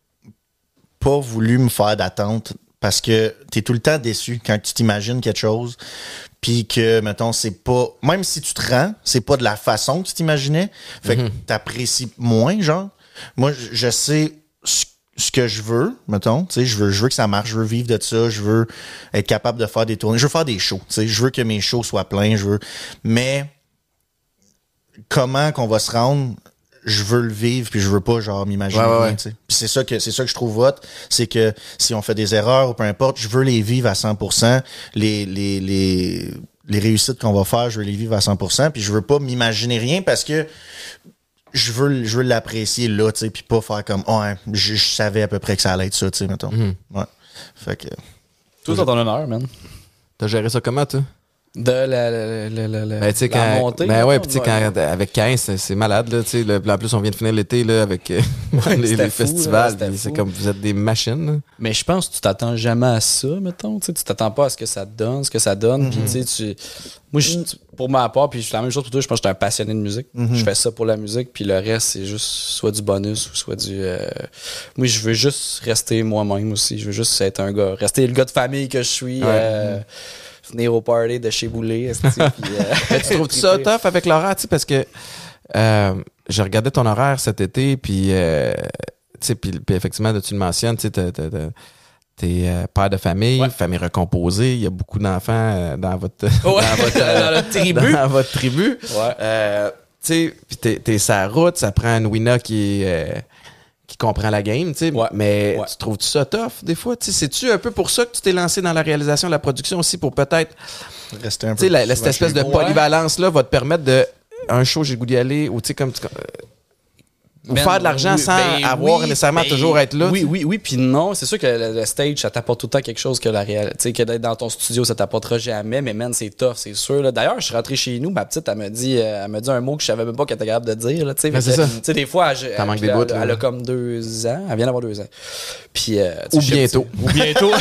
pas voulu me faire d'attente parce que t'es tout le temps déçu quand tu t'imagines quelque chose puis que, mettons, c'est pas... Même si tu te rends, c'est pas de la façon que tu t'imaginais. Fait que t'apprécies moins, genre. Moi, je- je sais ce, ce que je veux, mettons. Tu sais, je veux, je veux que ça marche, je veux vivre de ça, je veux être capable de faire des tournées, je veux faire des shows. Tu sais, je veux que mes shows soient pleins, je veux... Mais comment qu'on va se rendre, je veux le vivre puis je veux pas genre m'imaginer Ouais, ouais, rien, ouais. tu sais. Puis c'est ça que c'est ça que je trouve hot, c'est que si on fait des erreurs ou peu importe, je veux les vivre à cent pour cent, les les les les réussites qu'on va faire, je veux les vivre à cent pour cent, puis je veux pas m'imaginer rien parce que je veux je veux l'apprécier là, tu sais, puis pas faire comme oh, hein, je, je savais à peu près que ça allait être ça, tu sais, mettons. Ouais. Fait que Tout en ton honneur, man. T'as géré ça comment, toi? De la, la, la, la, la, Ben, tu sais, la quand. montée. Ben là, ouais, puis tu sais, ouais. quand, avec quinze, c'est, c'est malade, là, tu sais. le- En plus, on vient de finir l'été, là, avec euh, les, c'était les fou, là, festivals. c'était puis c'est fou. comme, vous êtes des machines, là. Mais je pense que tu t'attends jamais à ça, mettons. Tu sais, tu t'attends pas à ce que ça te donne, ce que ça donne. Puis, tu sais, tu. Moi, je- pour ma part, puis je fais la même chose pour toi, je pense que je suis un passionné de musique. Je fais ça pour la musique, puis le reste, c'est juste soit du bonus ou soit du. euh, Moi, je veux juste rester moi-même aussi. Je veux juste être un gars. Rester le gars de famille que je suis. euh, venir au party de chez Boulay. esti, puis, euh, Mais tu trouves ça tough avec l'horaire, tu sais, parce que euh, je regardais ton horaire cet été, puis, euh, tu sais, puis, puis effectivement, tu le mentionnes, tu sais, t'as- t'as- t'as- t'es euh, père de famille, Ouais. famille recomposée, il y a beaucoup d'enfants euh, dans votre, Ouais, dans votre, dans notre tribu. dans votre tribu. Ouais. Euh, tu sais, puis t'es, t'es sur la route, ça prend une Wina qui est... euh, qui comprend la game, tu sais, Ouais. mais Ouais. tu trouves-tu ça tough des fois? Tu sais, c'est-tu un peu pour ça que tu t'es lancé dans la réalisation, la production aussi, pour peut-être rester un peu tu sais, la, la- souvent cette espèce chez de vous. polyvalence-là va te permettre de. Un show, j'ai le goût d'y aller, ou tu sais, comme. tu- ou Ben, faire de l'argent oui, sans ben avoir oui, nécessairement ben toujours être là. Oui, tu sais. oui, oui, puis non. C'est sûr que le, le stage, ça t'apporte tout le temps quelque chose que la réalité. Tu sais, que d'être dans ton studio, ça t'apportera jamais, mais man, c'est tough, c'est sûr. là. D'ailleurs, je suis rentré chez nous, ma petite, elle me dit, euh, elle me dit un mot que je savais même pas qu'elle était capable de dire. Là, tu sais. Ben, Fait c'est que, ça. tu sais, des fois, elle, T'en manques elle- des elle- bouts, elle, là. elle a comme deux ans. Elle vient d'avoir deux ans. Puis, euh, tu sais, Ou je sais- bientôt. Ou bientôt.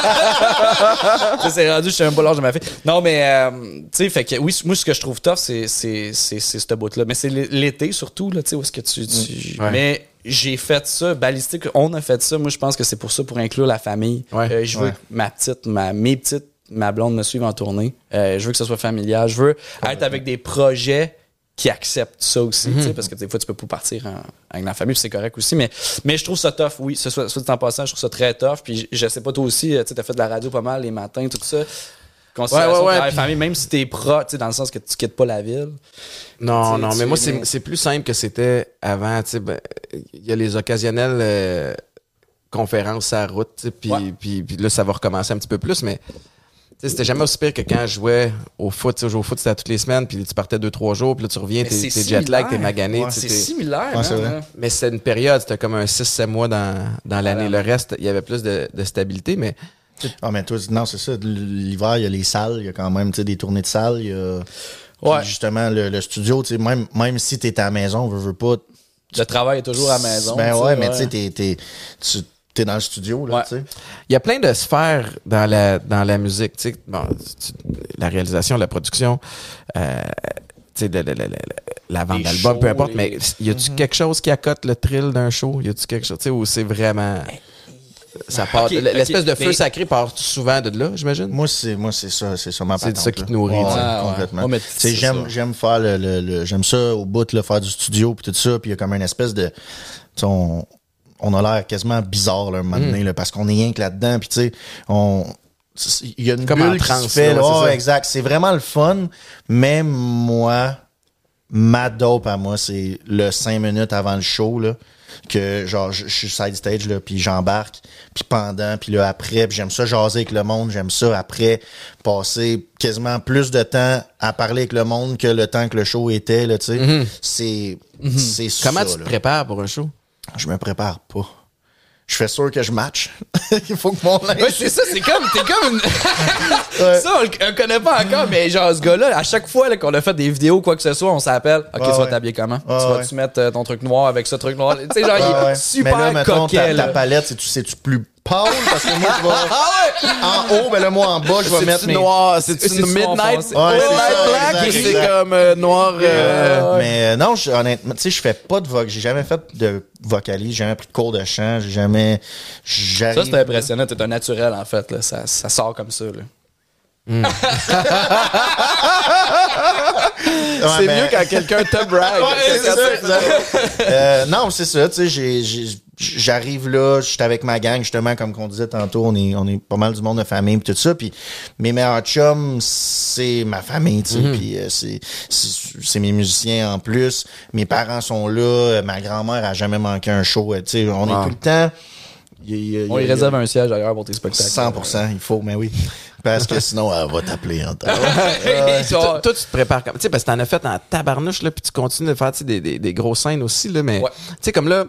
Tu sais, c'est rendu, je sais même pas l'âge de ma fille. Non, mais, euh, tu sais, fait que oui, moi, ce que je trouve tough, c'est, c'est, c'est, c'est ce bout-là. Mais c'est l'été surtout, là, tu sais, où est-ce que tu. tu- Ouais. Mais j'ai fait ça, Balistique, on a fait ça. Moi, je pense que c'est pour ça, pour inclure la famille. Ouais. Euh, je veux Ouais. que ma petite, ma, mes petites, ma blonde me suive en tournée. Euh, je veux que ce soit familial. Je veux être avec des projets qui acceptent ça aussi, tu sais, parce que des fois, tu peux pas partir en- avec la famille, puis c'est correct aussi. Mais, mais je trouve ça tough, oui. Ce soit, soit dit en passant, je trouve ça très tough. Puis je, je sais pas, toi aussi, tu sais, t'as fait de la radio pas mal les matins, tout ça. Considération Ouais, ouais, ouais, de la puis- famille, même si t'es pro, tu sais, dans le sens que tu quittes pas la ville. Non, T'sais, non, tu mais moi, sais, c'est, mais- c'est plus simple que c'était avant. Tu sais, ben, il y a les occasionnelles euh, conférences à la route, tu sais, puis, Ouais. puis, puis là, ça va recommencer un petit peu plus, mais tu sais, c'était jamais aussi pire que quand je jouais au foot. Tu sais, je jouais au foot, c'était à toutes les semaines, puis tu partais deux, trois jours, puis là, tu reviens, Mais t'es, c'est t'es jet lag, t'es similaire. magané. Ouais, tu sais, C'est t'es- similaire, Ouais, c'est hein, vrai. hein. Mais c'était une période, c'était comme un six sept mois dans, dans l'année. Voilà. Le reste, il y avait plus de, de stabilité, mais Ah, mais toi, non, c'est ça. L'hiver, il y a les salles, il y a quand même tu sais, des tournées de salles. Il y a Ouais. puis justement le, le studio. Tu sais, Même, même si tu es à la maison, veux, veux pas. Le travail est toujours à la maison. Ben tu sais, ouais, mais tu sais, t'es- t'es- tu es dans le studio. Là, Ouais. tu sais. il y a plein de sphères dans la, dans la musique. Tu sais, bon, tu- la réalisation, la production, euh, tu sais, de- de- de- de- la vente Les d'albums, shows, peu importe, les- mais y a-tu quelque chose qui accote le thrill d'un show? Y a-tu quelque chose, tu sais, où c'est vraiment. Ça part, Ok, l'espèce ok, de feu mais- sacré part souvent de là, j'imagine? Moi, c'est moi c'est ça, c'est ça ma C'est patente. ça qui là. te nourrit, Ouais, tu sais. ouais, Ah, ouais. complètement. Ouais, mais Tu sais, c'est j'aime ça. j'aime faire le, le, le- j'aime ça au bout là, faire du studio puis tout ça, puis il y a comme une espèce de tu sais, on, on a l'air quasiment bizarre là, un moment Mm. donné là, parce qu'on est rien que là-dedans, puis tu sais, on il y a une Comme en bulle qui se transe, fait là, là, ouais, c'est ouais, ça. exact, c'est vraiment le fun, mais moi ma dope à moi, c'est le cinq minutes avant le show là. Que genre je je suis side stage là puis j'embarque puis pendant puis là après puis j'aime ça jaser avec le monde, j'aime ça après passer quasiment plus de temps à parler avec le monde que le temps que le show était là, tu sais. C'est c'est Mm-hmm. Comment ça, tu te là. prépares pour un show? Je me prépare pas. Je fais sûr que je match. Il faut que mon linge Ouais, c'est ça, c'est comme, t'es comme une... Ouais. Ça, on le on le connaît pas encore, mais genre, ce gars-là, à chaque fois là, qu'on a fait des vidéos, quoi que ce soit, on s'appelle. Ok, Ouais, tu vas ouais. t'habiller comment? Ouais, tu ouais. vas-tu mettre euh, ton truc noir avec ce truc noir? Tu sais, genre, il est Ah ouais. super Mais là, mettons, coquet, ta, ta là. palette, c'est-tu, c'est-tu plus pâle? Parce que moi, je vais en haut, ben là, moi, en bas, je vais mettre C'est mes... noir, c'est C'est une du noir midnight, foncé. Ouais, c'est midnight ça, black, exact, et c'est exact. comme euh, noir. euh, Euh, mais euh, non, je- honnêtement, tu sais, je fais pas de voc. J'ai jamais fait de vocalise, j'ai jamais pris de cours de chant, j'ai jamais. J'arrive. Ça, c'est impressionnant. T'es un naturel, en fait. Là. Ça, ça sort comme ça. Là. Ouais, c'est mais- mieux quand quelqu'un te brag. Ouais, c'est ça, exact. Euh, non, c'est ça, tu sais, j'ai- j'ai- j'arrive là, je suis avec ma gang, justement, comme qu'on disait tantôt, on est, on est pas mal du monde de famille, puis tout ça, puis mes meilleurs chums, c'est ma famille, tu sais, Mhm. puis euh, c'est c'est c'est mes musiciens en plus, mes parents sont là, euh, ma grand-mère a jamais manqué un show, euh, tu sais, on Wow. est tout le temps... il y a- il y a- On il y y a- réserve un siège d'ailleurs pour tes spectacles. cent pour cent, il faut, mais oui. Parce que sinon, elle va t'appeler en temps. toi, toi, tu te prépares comme. Tu sais, parce que t'en as fait en tabarnouche, là, puis tu continues de faire tu sais, des, des, des grosses scènes aussi, là, mais. Ouais. Tu sais, comme là,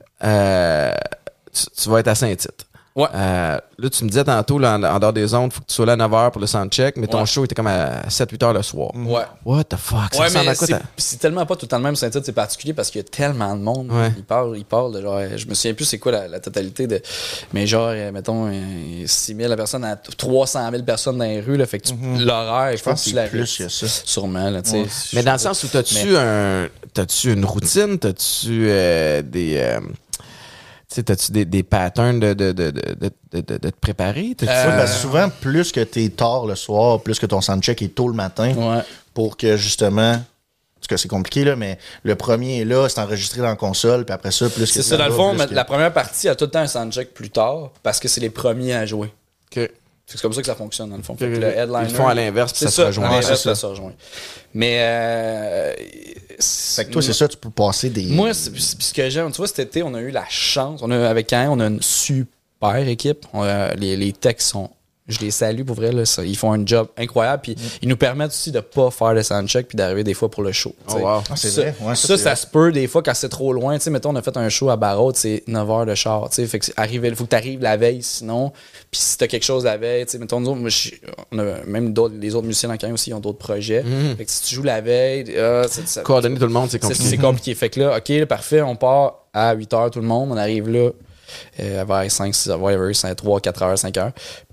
euh, tu, tu vas être à Saint-Tite. Ouais. Euh, là, tu me disais tantôt, là, en, en dehors des ondes, faut que tu sois là à neuf heures pour le soundcheck, mais ton Ouais. show était comme à sept huit heures le soir. Ouais. What the fuck? Ça Ouais, ressemble mais à quoi? c'est, ta- c'est tellement pas tout le temps le même Saint-Tite, c'est particulier parce qu'il y a tellement de monde. Ouais. Il parle, il parle de genre, je me souviens plus c'est quoi la, la totalité de, mais genre, euh, mettons, euh, six mille personnes à trois cent mille personnes dans les rues, là, fait que tu, l'horaire, je Je pense pense que que tu la c'est plus que ça. Sûrement, là, tu sais. Mais dans le sens où t'as-tu un. T'as-tu une routine? T'as-tu euh, des. euh, tu sais, t'as-tu des, des patterns de, de, de, de, de, de, de te préparer? T'as-tu- Ouais, parce que souvent, plus que t'es tard le soir, plus que ton soundcheck est tôt le matin, Ouais. pour que justement, parce que c'est compliqué, là, mais le premier est là, c'est enregistré dans la console, puis après ça, plus que C'est ça, dans le là, fond, plus mais que- la première partie a tout le temps un soundcheck plus tard parce que c'est les premiers à jouer. que- C'est comme ça que ça fonctionne, dans le fond. Fait que- que le headliner, ils le font à l'inverse, puis c'est ça se rejoint. à l'inverse, Ouais, c'est ça ça. se rejoint. Mais euh, Fait que toi, c'est ça, tu peux passer des. Moi, c'est, c'est- ce que j'aime, tu vois, cet été, on a eu la chance, on a, avec Caen, on a une super équipe. On a- les, les techs sont, je les salue pour vrai, là, ça, ils font un job incroyable, puis ils nous permettent aussi de pas faire le soundcheck puis d'arriver des fois pour le show. Oh, t'sais. wow. Ah, c'est ça, vrai. Ouais, ça, ça, c'est ça vrai. se peut des fois quand c'est trop loin. Tu sais, mettons, on a fait un show à Barraud, c'est neuf heures de char. Tu sais, fait que c'est arrivé, il faut que tu arrives la veille, sinon. Puis si t'as quelque chose la veille, tu sais, mettons, nous autres, moi, je- on a même d'autres, les autres musiciens dans Caen aussi, ils ont d'autres projets. Fait que si tu joues la veille, ah, c'est, ça, Coordonner tout le monde, c'est c'est, compliqué. c'est compliqué. Fait que là, OK, là, parfait, on part à huit heures tout le monde, on arrive là euh, vers cinq, six heures, whatever, cinq, trois, quatre heures, cinq heures. Puis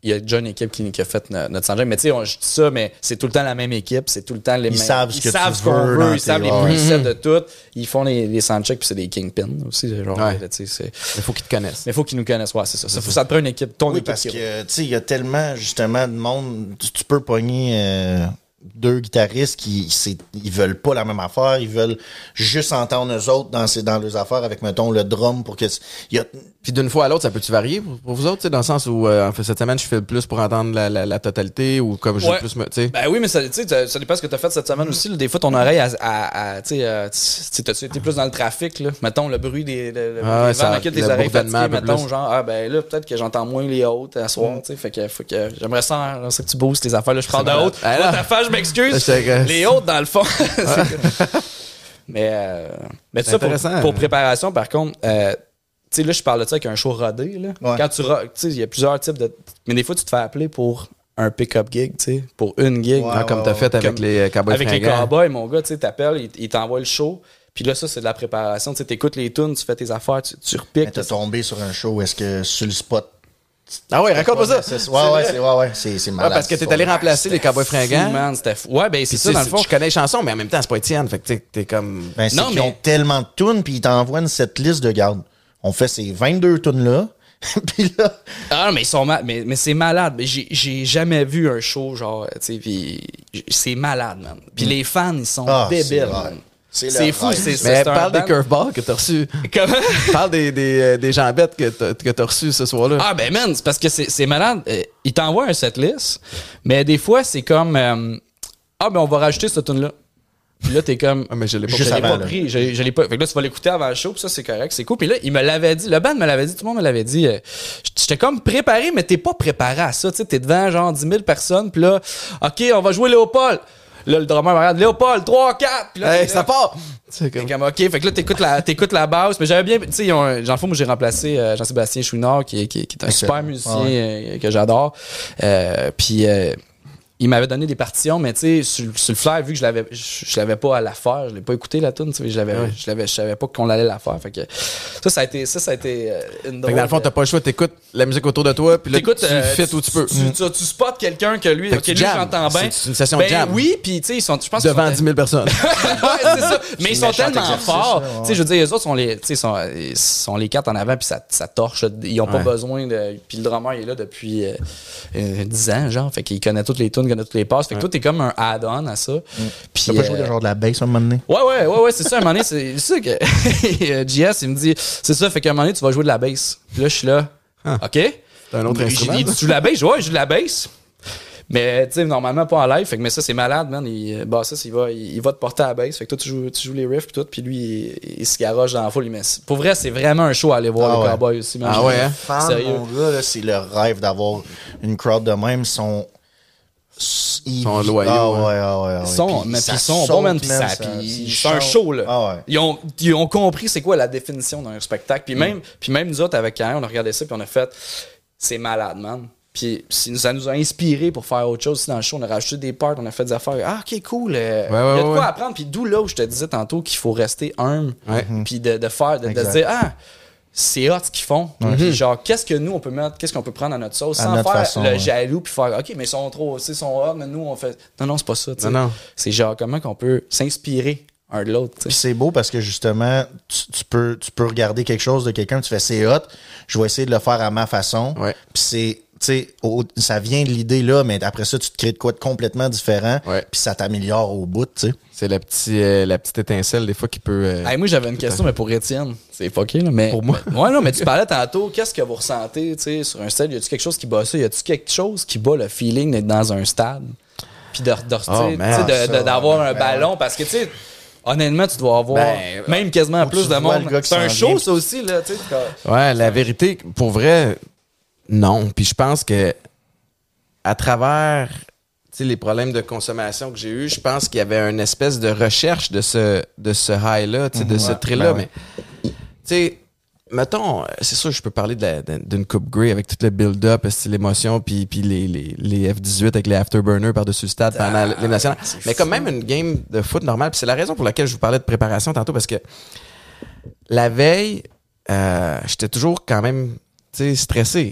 il y a déjà une équipe qui, qui a fait no- notre soundcheck. Mais tu sais, on- je dis ça, mais c'est tout le temps la même équipe. C'est tout le temps les Ils mêmes. savent ce que ils savent tu ce qu'on veux veut. dans Ils savent tes- les ouais. presets de tout. Ils font les, les soundchecks, puis c'est des kingpins aussi. Genre, Ouais. là, tu sais, c'est... Il faut qu'ils te connaissent. Mais il faut qu'ils nous connaissent. Ouais, c'est ça. Ça, faut, ça te prend une équipe. Ton Oui, équipe. parce qui- que, tu sais, il y a tellement, justement, de monde. Tu, tu peux pogner euh, deux guitaristes qui c'est, ils veulent pas la même affaire. Ils veulent juste entendre eux autres dans, ces, dans leurs affaires avec, mettons, le drum pour que. Il y a, Puis d'une fois à l'autre, ça peut-tu varier pour, pour vous autres, tu sais, dans le sens où euh, en fait, cette semaine, je fais le plus pour entendre la, la, la totalité ou comme je Ouais. plus me. Tu sais. Ben oui, mais ça, tu sais, ça ça dépend ce que tu as fait cette semaine aussi. Là. Des fois, ton oreille, à, à, à, tu sais, euh, tu sais, t'as-tu été plus dans le trafic, là? Mettons, le bruit des, le, le Ah bruit ouais, des ça- vents inquiète tes le oreilles bourdonnement fatiguées, un peu mettons, plus. genre, ah ben là, peut-être que j'entends moins les hautes à soir, tu sais, fait que, faut que j'aimerais ça, là, c'est que tu boostes les affaires, là, je parle de malade. hautes. Ah, Toi, là. ta face, je m'excuse. J'étais que- Les hautes, dans le fond. c'est que- mais, euh, mais C'est ça, pour, intéressant. pour préparation, par contre, euh, tu sais, là, je parle de ça avec un show rodé, là. Ouais. Quand tu, ro- tu sais, il y a plusieurs types de, mais des fois, tu te fais appeler pour un pick-up gig, tu sais, pour une gig. Ouais, Ah, comme t'as fait avec Comme- les euh, Cowboys Avec les fringants. cowboys, mon gars, tu sais, t'appelles, ils il t'envoient le show. Puis là, ça, c'est de la préparation. Tu sais, t'écoutes les tunes, tu fais tes affaires, tu, tu mais repiques. t'es tombé sur un show, est-ce que sur le spot. Ah ouais, raconte-moi ça. C'est- Ouais, ouais, c'est, ouais, ouais, c'est, c'est Ouais, malade. parce que t'es allé remplacer les Cowboys Fou, fringants. man, c'était fou. Ouais, ben, c'est Puis ça, tu dans sais, le fond. je connais les chansons, mais en même temps, c'est pas Étienne. Fait que tu sais, t'es comme. Ben, c'est Non, qu'ils mais- ont tellement de tunes, puis ils t'envoient une setlist de garde. On fait ces vingt-deux tunes-là, puis là, Ah non, mais ils sont mal, mais, mais c'est malade. Mais j'ai, j'ai jamais vu un show, genre, tu sais, puis c'est malade, man. Puis les fans, ils sont ah, c'est débiles, vrai. man. C'est C'est le fou, rêve. c'est- Mais c'est un parle des band- curveballs que t'as reçus. Comment? Parle des, des, euh, des jambettes que t'as, que t'as reçues ce soir-là. Ah ben man, c'est parce que c'est, c'est malade. Euh, ils t'envoient un setlist, mais des fois c'est comme euh, ah ben on va rajouter cette tune là. Puis là t'es comme Ah, mais je l'ai pas je Juste l'ai avant, pas là. pris, je, je l'ai pas. Fait que là tu vas l'écouter avant le show, puis ça c'est correct, c'est cool. Puis là il me l'avait dit, le band me l'avait dit, tout le monde me l'avait dit. euh, J'étais comme préparé, mais t'es pas préparé à ça. Tu sais, t'es devant genre dix mille personnes, puis là ok on va jouer Léopold. Là le drummer me regarde Léopold trois quatre. Puis là, Hey, t'es ça là. part! C'est Fait comme. comme, OK, fait que là, t'écoutes la, t'écoutes la basse. Mais j'avais bien, tu sais, ils ont un- dans le fond, moi, j'ai remplacé euh, Jean-Sébastien Chouinard, qui, est- qui, est- qui est un Excellent. super musicien Ouais. euh, que j'adore. Euh, puis, euh, il m'avait donné des partitions, mais tu sais, sur, sur le flair, vu que je l'avais, je, je l'avais pas à la faire, je l'ai pas écouté la tune, tu sais, je l'avais, je l'avais, je savais pas qu'on allait la faire. Fait que ça, ça a été, ça, ça a été euh, une Fait que dans le fond, t'as pas le choix, t'écoutes la musique autour de toi, puis là, T'écoutes, tu euh, fais où tu peux. Tu, tu, tu spots quelqu'un que lui, Fait que ok, tu lui, jammes. j'entends bien. C'est une session ben, jam. oui, puis tu sais, ils sont, je pense qu'ils Devant sont- dix mille personnes. ouais, c'est ça. Mais ils sont méchant tellement exercice, forts. là, ouais. Tu sais, je veux dire, les autres sont les, tu sais, sont, ils sont les quatre en avant, puis ça, ça torche. Ils ont pas Ouais. besoin de. Puis le drummer, il est là depuis euh, euh, dix ans, genre. Fait qu'il connaît toutes les tunes, il connaît toutes les passes. Fait que toi, t'es comme un add-on à ça. Puis. t'as pas euh, joué le genre de la bass à un moment donné? Ouais, ouais, ouais, ouais, c'est ça. À un moment donné, c'est c'est ça que. euh, J S, il me dit, c'est ça, fait qu'à un moment donné, tu vas jouer de la bass. Puis là, je suis là. OK. C'est un autre Il- instrument. il- Tu joues de la bass? Je dis, ouais, je joue de la bass. Mais tu sais, normalement pas en live. Fait que, mais ça, c'est malade, man. Il, bah, ça, il va, il, il va te porter à la bass. Fait que toi, tu joues, tu joues les riffs pis tout. Puis lui, il, il se garoche dans la foule. Mais c'est- pour vrai, c'est vraiment un show à aller voir Ah les ouais. Cowboys aussi, man. Ah ouais, hein? Fan, Sérieux. mon gars, là, c'est le rêve d'avoir une crowd de même. Ils sont. Ils sont loyaux, Ah hein. ouais, ah ouais, ah ouais. Ils sont, Puis mais ça puis ils sont saute, bons, man. Puis man, ça, ça- puis ils c'est un chantent. show, là. Ah ouais. Ils ont, ils ont compris c'est quoi la définition d'un spectacle. Puis même, puis même nous autres, avec Karen, on a regardé ça, puis on a fait, c'est malade, man. Puis si- ça nous a inspiré pour faire autre chose aussi dans le show. On a rajouté des parts, on a fait des affaires. Ah, ok, cool. euh, Ouais, ouais, il y a de ouais, quoi ouais. apprendre. Puis d'où là où je te disais tantôt qu'il faut rester humble. Ouais. Puis de, de faire, de, de Exact. se dire, ah, c'est hot ce qu'ils font. Puis genre, qu'est-ce que nous on peut mettre, qu'est-ce qu'on peut prendre à notre sauce À sans notre faire façon, le ouais. jaloux puis faire, ok, mais ils sont trop, tu sais, ils sont hot, mais nous on fait. Non, non, c'est pas ça. tu sais. Non, non. C'est genre comment qu'on peut s'inspirer un de l'autre. tu sais. Puis c'est beau parce que justement, tu, tu peux, tu peux regarder quelque chose de quelqu'un, tu fais c'est hot, je vais essayer de le faire à ma façon. Ouais. Puis c'est, tu sais, au- ça vient de l'idée là, mais après ça, tu te crées de quoi de complètement différent. Ouais. Puis ça t'améliore au bout, tu sais. C'est la, petite, euh, la petite étincelle, des fois, qui peut. euh, Hey, moi, j'avais une question, mais pour Étienne. C'est fucké, là. Mais, Pour moi. mais- ouais, non, mais tu parlais tantôt, qu'est-ce que vous ressentez, tu sais, sur un stade? Y a-tu quelque chose qui bat ça? Y a-tu quelque chose qui bat le feeling d'être dans un stade? Puis de, de, tu sais, Oh, tu man. sais, de- Ça, de- d'avoir ouais, un ben ballon? Parce que, tu sais, honnêtement, tu dois avoir Ben, même quasiment faut que plus tu de vois monde. le gars qui C'est un s'en show, vient. ça aussi, là, tu sais. comme- Ouais, la vérité, pour vrai, non. Puis je pense que à travers tu sais, les problèmes de consommation que j'ai eu, je pense qu'il y avait une espèce de recherche de ce, de ce high-là, tu sais, de ce Ouais, thrill-là. ben ouais. Mais, tu sais, mettons, c'est sûr, je peux parler de la- de- d'une Coupe Grey avec tout le build-up, c'est l'émotion, puis, puis les, les, les F dix-huit avec les afterburners par-dessus le stade pendant les nationales. Mais comme même une game de foot normale, puis c'est la raison pour laquelle je vous parlais de préparation tantôt, parce que la veille, euh, j'étais toujours quand même, tu sais, stressé.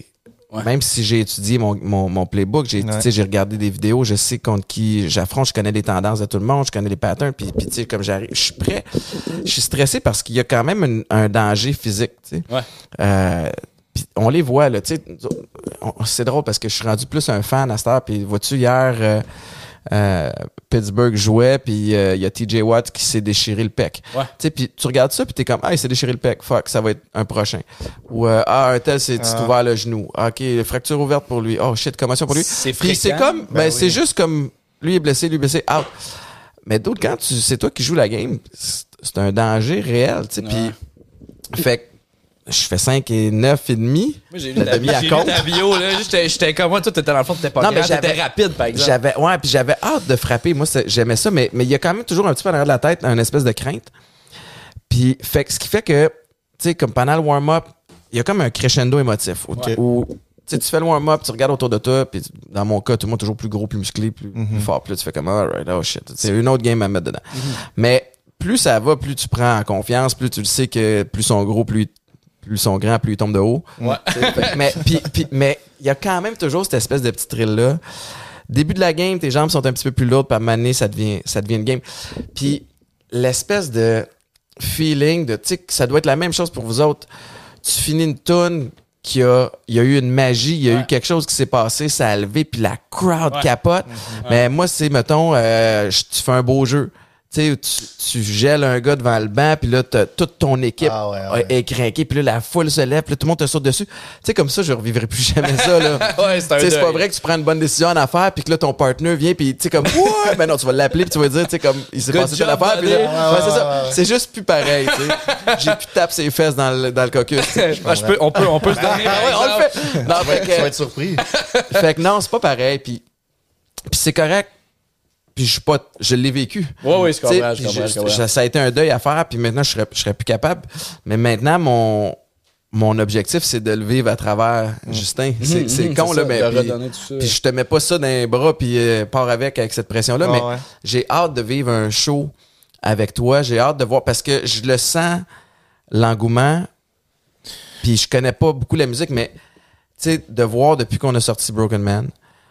Ouais. même si j'ai étudié mon, mon, mon playbook, j'ai, Ouais. tu sais, j'ai regardé des vidéos, je sais contre qui j'affronte, je connais les tendances de tout le monde, je connais les patterns, puis, puis tu sais, comme j'arrive, je suis prêt. Je suis stressé parce qu'il y a quand même une- un danger physique, tu sais. Ouais. Euh, puis on les voit, là, tu sais. on- C'est drôle parce que je suis rendu plus un fan à cette heure, puis vois-tu, hier... euh, Euh, Pittsburgh jouait, puis euh, il y a T J Watt qui s'est déchiré le pec. Ouais. Tu sais, puis tu regardes ça, puis t'es comme, ah, il s'est déchiré le pec, fuck, ça va être un prochain. Ou, euh, ah, un tel s'est Ah. ouvert le genou. Ah, ok, fracture ouverte pour lui. Oh shit, commotion pour lui. C'est Puis c'est fréquent. comme, ben, Ben c'est oui. juste comme, lui est blessé, lui est blessé, out. Mais d'autres, quand tu, c'est toi qui joues la game, c'est c'est un danger réel, tu sais, puis, fait que, je fais cinq et neuf et demi. Moi, j'ai Le lu ta, demi j'ai à lu compte. ta bio, là. J'étais, j'étais comme moi, toi, t'étais dans le fond, t'étais pas Non, grand, mais j'avais- t'étais rapide, par exemple. J'avais, ouais, puis j'avais hâte de frapper. Moi, c'est- j'aimais ça, mais mais il y a quand même toujours un petit peu en arrière de la tête, une espèce de crainte. Puis, fait que ce qui fait que, tu sais, comme pendant le warm-up, il y a comme un crescendo émotif. Où, Ouais. où, tu sais, tu fais le warm-up, tu regardes autour de toi, puis dans mon cas, tout le monde est toujours plus gros, plus musclé, plus, plus fort. Puis là, tu fais comme, alright, oh shit. C'est une autre game à mettre dedans. Mais plus ça va, plus tu prends en confiance, plus tu le sais que plus ils sont gros, plus plus ils sont grands, plus ils tombent de haut. Ouais. Fait- mais puis, puis- mais il y a quand même toujours cette espèce de petit thrill là. Début de la game, tes jambes sont un petit peu plus lourdes, puis à un moment donné, ça devient ça devient une game. Puis l'espèce de feeling de tu sais que ça doit être la même chose pour vous autres. Tu finis une tune qui a il y a eu une magie, il y a Ouais. eu quelque chose qui s'est passé, ça a levé puis la crowd Ouais. capote. Mais moi c'est mettons euh, je- tu fais un beau jeu. Tu sais, tu, tu gèles un gars devant le banc, puis là, t'as toute ton équipe Ah ouais, ouais. est craquée, puis là, la foule se lève, puis là, tout le monde te saute dessus. Tu sais, comme ça, je revivrai plus jamais ça, là. Ouais, c'est un Tu sais, c'est deuil. pas vrai que tu prends une bonne décision en affaires, puis que là, ton partner vient, puis tu sais, comme, ouais, ben non, tu vas l'appeler, puis tu vas dire, tu sais, comme, il s'est Good passé telle job, affaire, puis buddy. là, ouais, Ouais, c'est ouais, ça. ouais, ouais. C'est juste plus pareil, tu sais. J'ai plus tape ses fesses dans le, dans le caucus. tu sais. Ah, je peux, on peut, on peut se donner. Ah ouais, on le fait. Non, fait Tu vas que, être surpris. fait que non, c'est pas pareil, puis, puis c'est correct. Puis je suis pas, je l'ai vécu. Ouais, ouais, je Tu sais, comprends, je puis comprends, je comprends. je- ça a été un deuil à faire, puis maintenant je serais, je serais plus capable. Mais maintenant mon mon objectif c'est de le vivre à travers Justin. C'est c'est Mhm, con c'est là, ça, mais de puis, redonner tout ça. puis je te mets pas ça dans les bras puis euh, pars avec avec cette pression là. Ah mais ouais. j'ai hâte de vivre un show avec toi. J'ai hâte de voir parce que je le sens l'engouement. Puis je connais pas beaucoup la musique, mais tu sais de voir depuis qu'on a sorti Broken Man.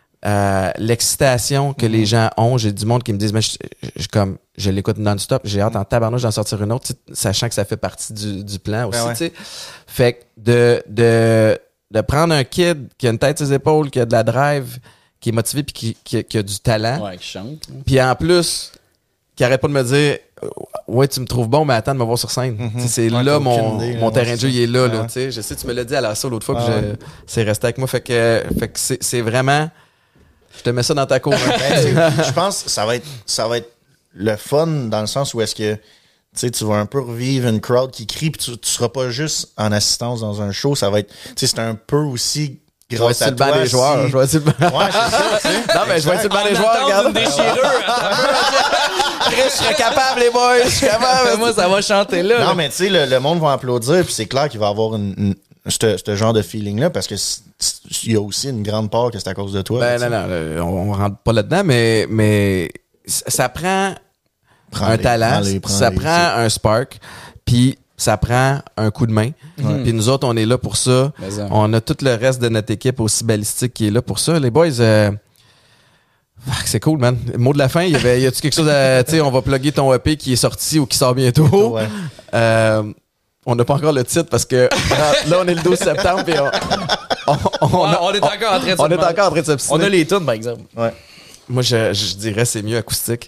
Euh, l'excitation que les gens ont, j'ai du monde qui me disent mais je, je- comme je l'écoute non-stop, j'ai hâte en tabarnouche d'en sortir une autre, tu sais, sachant que ça fait partie du, du plan aussi, Ben ouais. tu sais. Fait que de, de, de prendre un kid qui a une tête sur ses épaules, qui a de la drive, qui est motivé puis qui, qui, qui a du talent, Ouais, qui chante. puis en plus qui arrête pas de me dire ouais tu me trouves bon mais attends de me voir sur scène. Tu sais, c'est Ouais, là t'as mon, aucune idée, là, mon ouais, terrain de c'est jeu ça. il est là, Ouais, là ouais. tu sais. Je sais tu me l'as dit à la salle l'autre fois Ah puis je- ouais. c'est resté avec moi fait que, fait que c'est, c'est vraiment je te mets ça dans ta cour. hein. Ben, tu sais, je pense que ça va être ça va être le fun dans le sens où est-ce que tu sais, tu vas un peu revivre une crowd qui crie puis tu, tu seras pas juste en assistance dans un show, ça va être tu sais c'est un peu aussi Je vais être grâce sur à le banc toi des joueurs. si- Je vais être sur le banc. Ouais, c'est ça, tu sais. Non, mais je vais être sur le banc des En joueurs, attente regarde. d'une déchirure. Chris, je serais capable, les boys. Je suis capable. Moi, ça va chanter là. là. Non, mais tu sais, le, le monde va applaudir, puis c'est clair qu'il va avoir une, une- ce ce genre de feeling-là, parce que c'est- c'est- il y a aussi une grande part que c'est à cause de toi. Ben là, non, tu sais. non, là, on, on rentre pas là-dedans, mais, mais ça ça prend un Prends-les, talent, prends-les, prends-les, ça tu prend sais. un spark, puis ça prend un coup de main. Puis nous autres, on est là pour ça. Mais ça. On a tout le reste de notre équipe aussi balistique qui est là pour ça. Les boys, euh, fuck, c'est cool, man. Mot de la fin, il y avait, y a-tu quelque chose à, tu sais, on va plugger ton E P qui est sorti ou qui sort bientôt. Ouais. Euh, on n'a pas encore le titre parce que là, on est le douze septembre et on, on, on, Ouais, on est encore en train de se on est demander. encore en train de s'obstiner. On a les tunes, par exemple. Ouais. Moi, je, je dirais c'est mieux acoustique.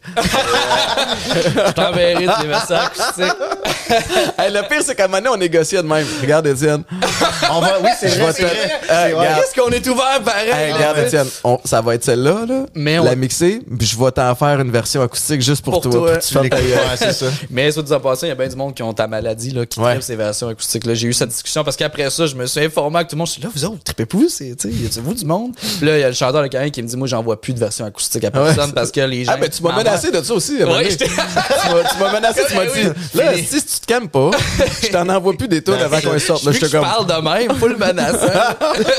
Je t'enverrai des messages acoustiques. Hey, le pire, c'est qu'à un moment donné, on négociait de même. Regarde, Étienne. On va, oui, c'est Je vrai, vais c'est te- vrai. Hey, C'est vrai. regarde. Est-ce qu'on est ouvert pareil? Hey, regarde, Ouais. Étienne, on- ça va être celle-là, là, Mais on- la mixer, puis je vais t'en faire une version acoustique juste pour, Pour toi. toi. pour que tu fasses ta gueule. Ouais, c'est ça. Mais soit dit en passant, il y a bien du monde qui ont ta maladie, là, qui Ouais. tripe ces versions acoustiques. Là. J'ai eu cette discussion parce qu'après ça, je me suis informé avec tout le monde. Je suis là, vous autres, vous tripez pas, vous, c'est, tu sais, y a-tu vous du monde? Puis là, il y a le chanteur de Caïn qui me dit, moi, j'en vois plus de version acoustique à personne Ouais. parce que les gens. Ah, ben, tu m'as m'en menacé de ça aussi. à un moment Ouais, donné. j'étais- tu m'as tu m'as menacé, tu m'as Oui, dit, oui. là, Fini. si si tu te calmes pas, je t'en envoie plus des tunes Ben, avant c'est qu'on ça. sorte. Là, Vu je que te je comme... parle de même, full menaçant.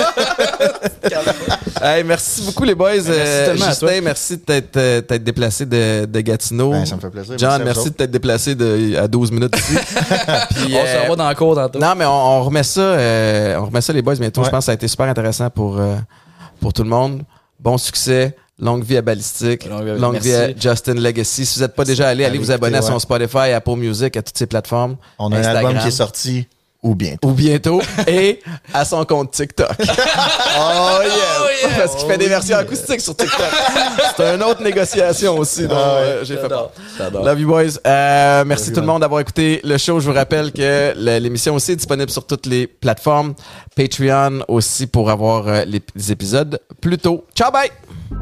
Hey, merci beaucoup, les boys. Euh, tellement à Justin, toi. merci de t'être, euh, t'être déplacé de, de Gatineau. Ben, ça me fait plaisir. John, Merci à vous merci de autres. t'être déplacé de, à douze minutes ici. Puis, On euh, se revoit dans le cours tantôt. non, mais on, on remet ça, euh, on remet ça, les boys, bientôt. Ouais. Je pense que ça a été super intéressant pour, euh, pour tout le monde. Bon succès. Longue vie à Ballistique. Longue vie- Longue vie à merci. Justin Legacy. Si vous n'êtes pas déjà allé, allez Allez vous abonner à écouter, son ouais. Spotify, Apple Music, à toutes ses plateformes. On a un Instagram, album qui est sorti ou bientôt. ou bientôt, et à son compte TikTok. Oh yeah! Parce qu'il fait des versions acoustiques sur TikTok. C'est une autre négociation aussi dont euh, j'ai fait part. J'adore. Love you boys. Euh, merci tout le monde d'avoir écouté le show. Je vous rappelle que le- l'émission aussi est disponible sur toutes les plateformes. Patreon aussi pour avoir euh, les, les épisodes plus tôt. Ciao, bye!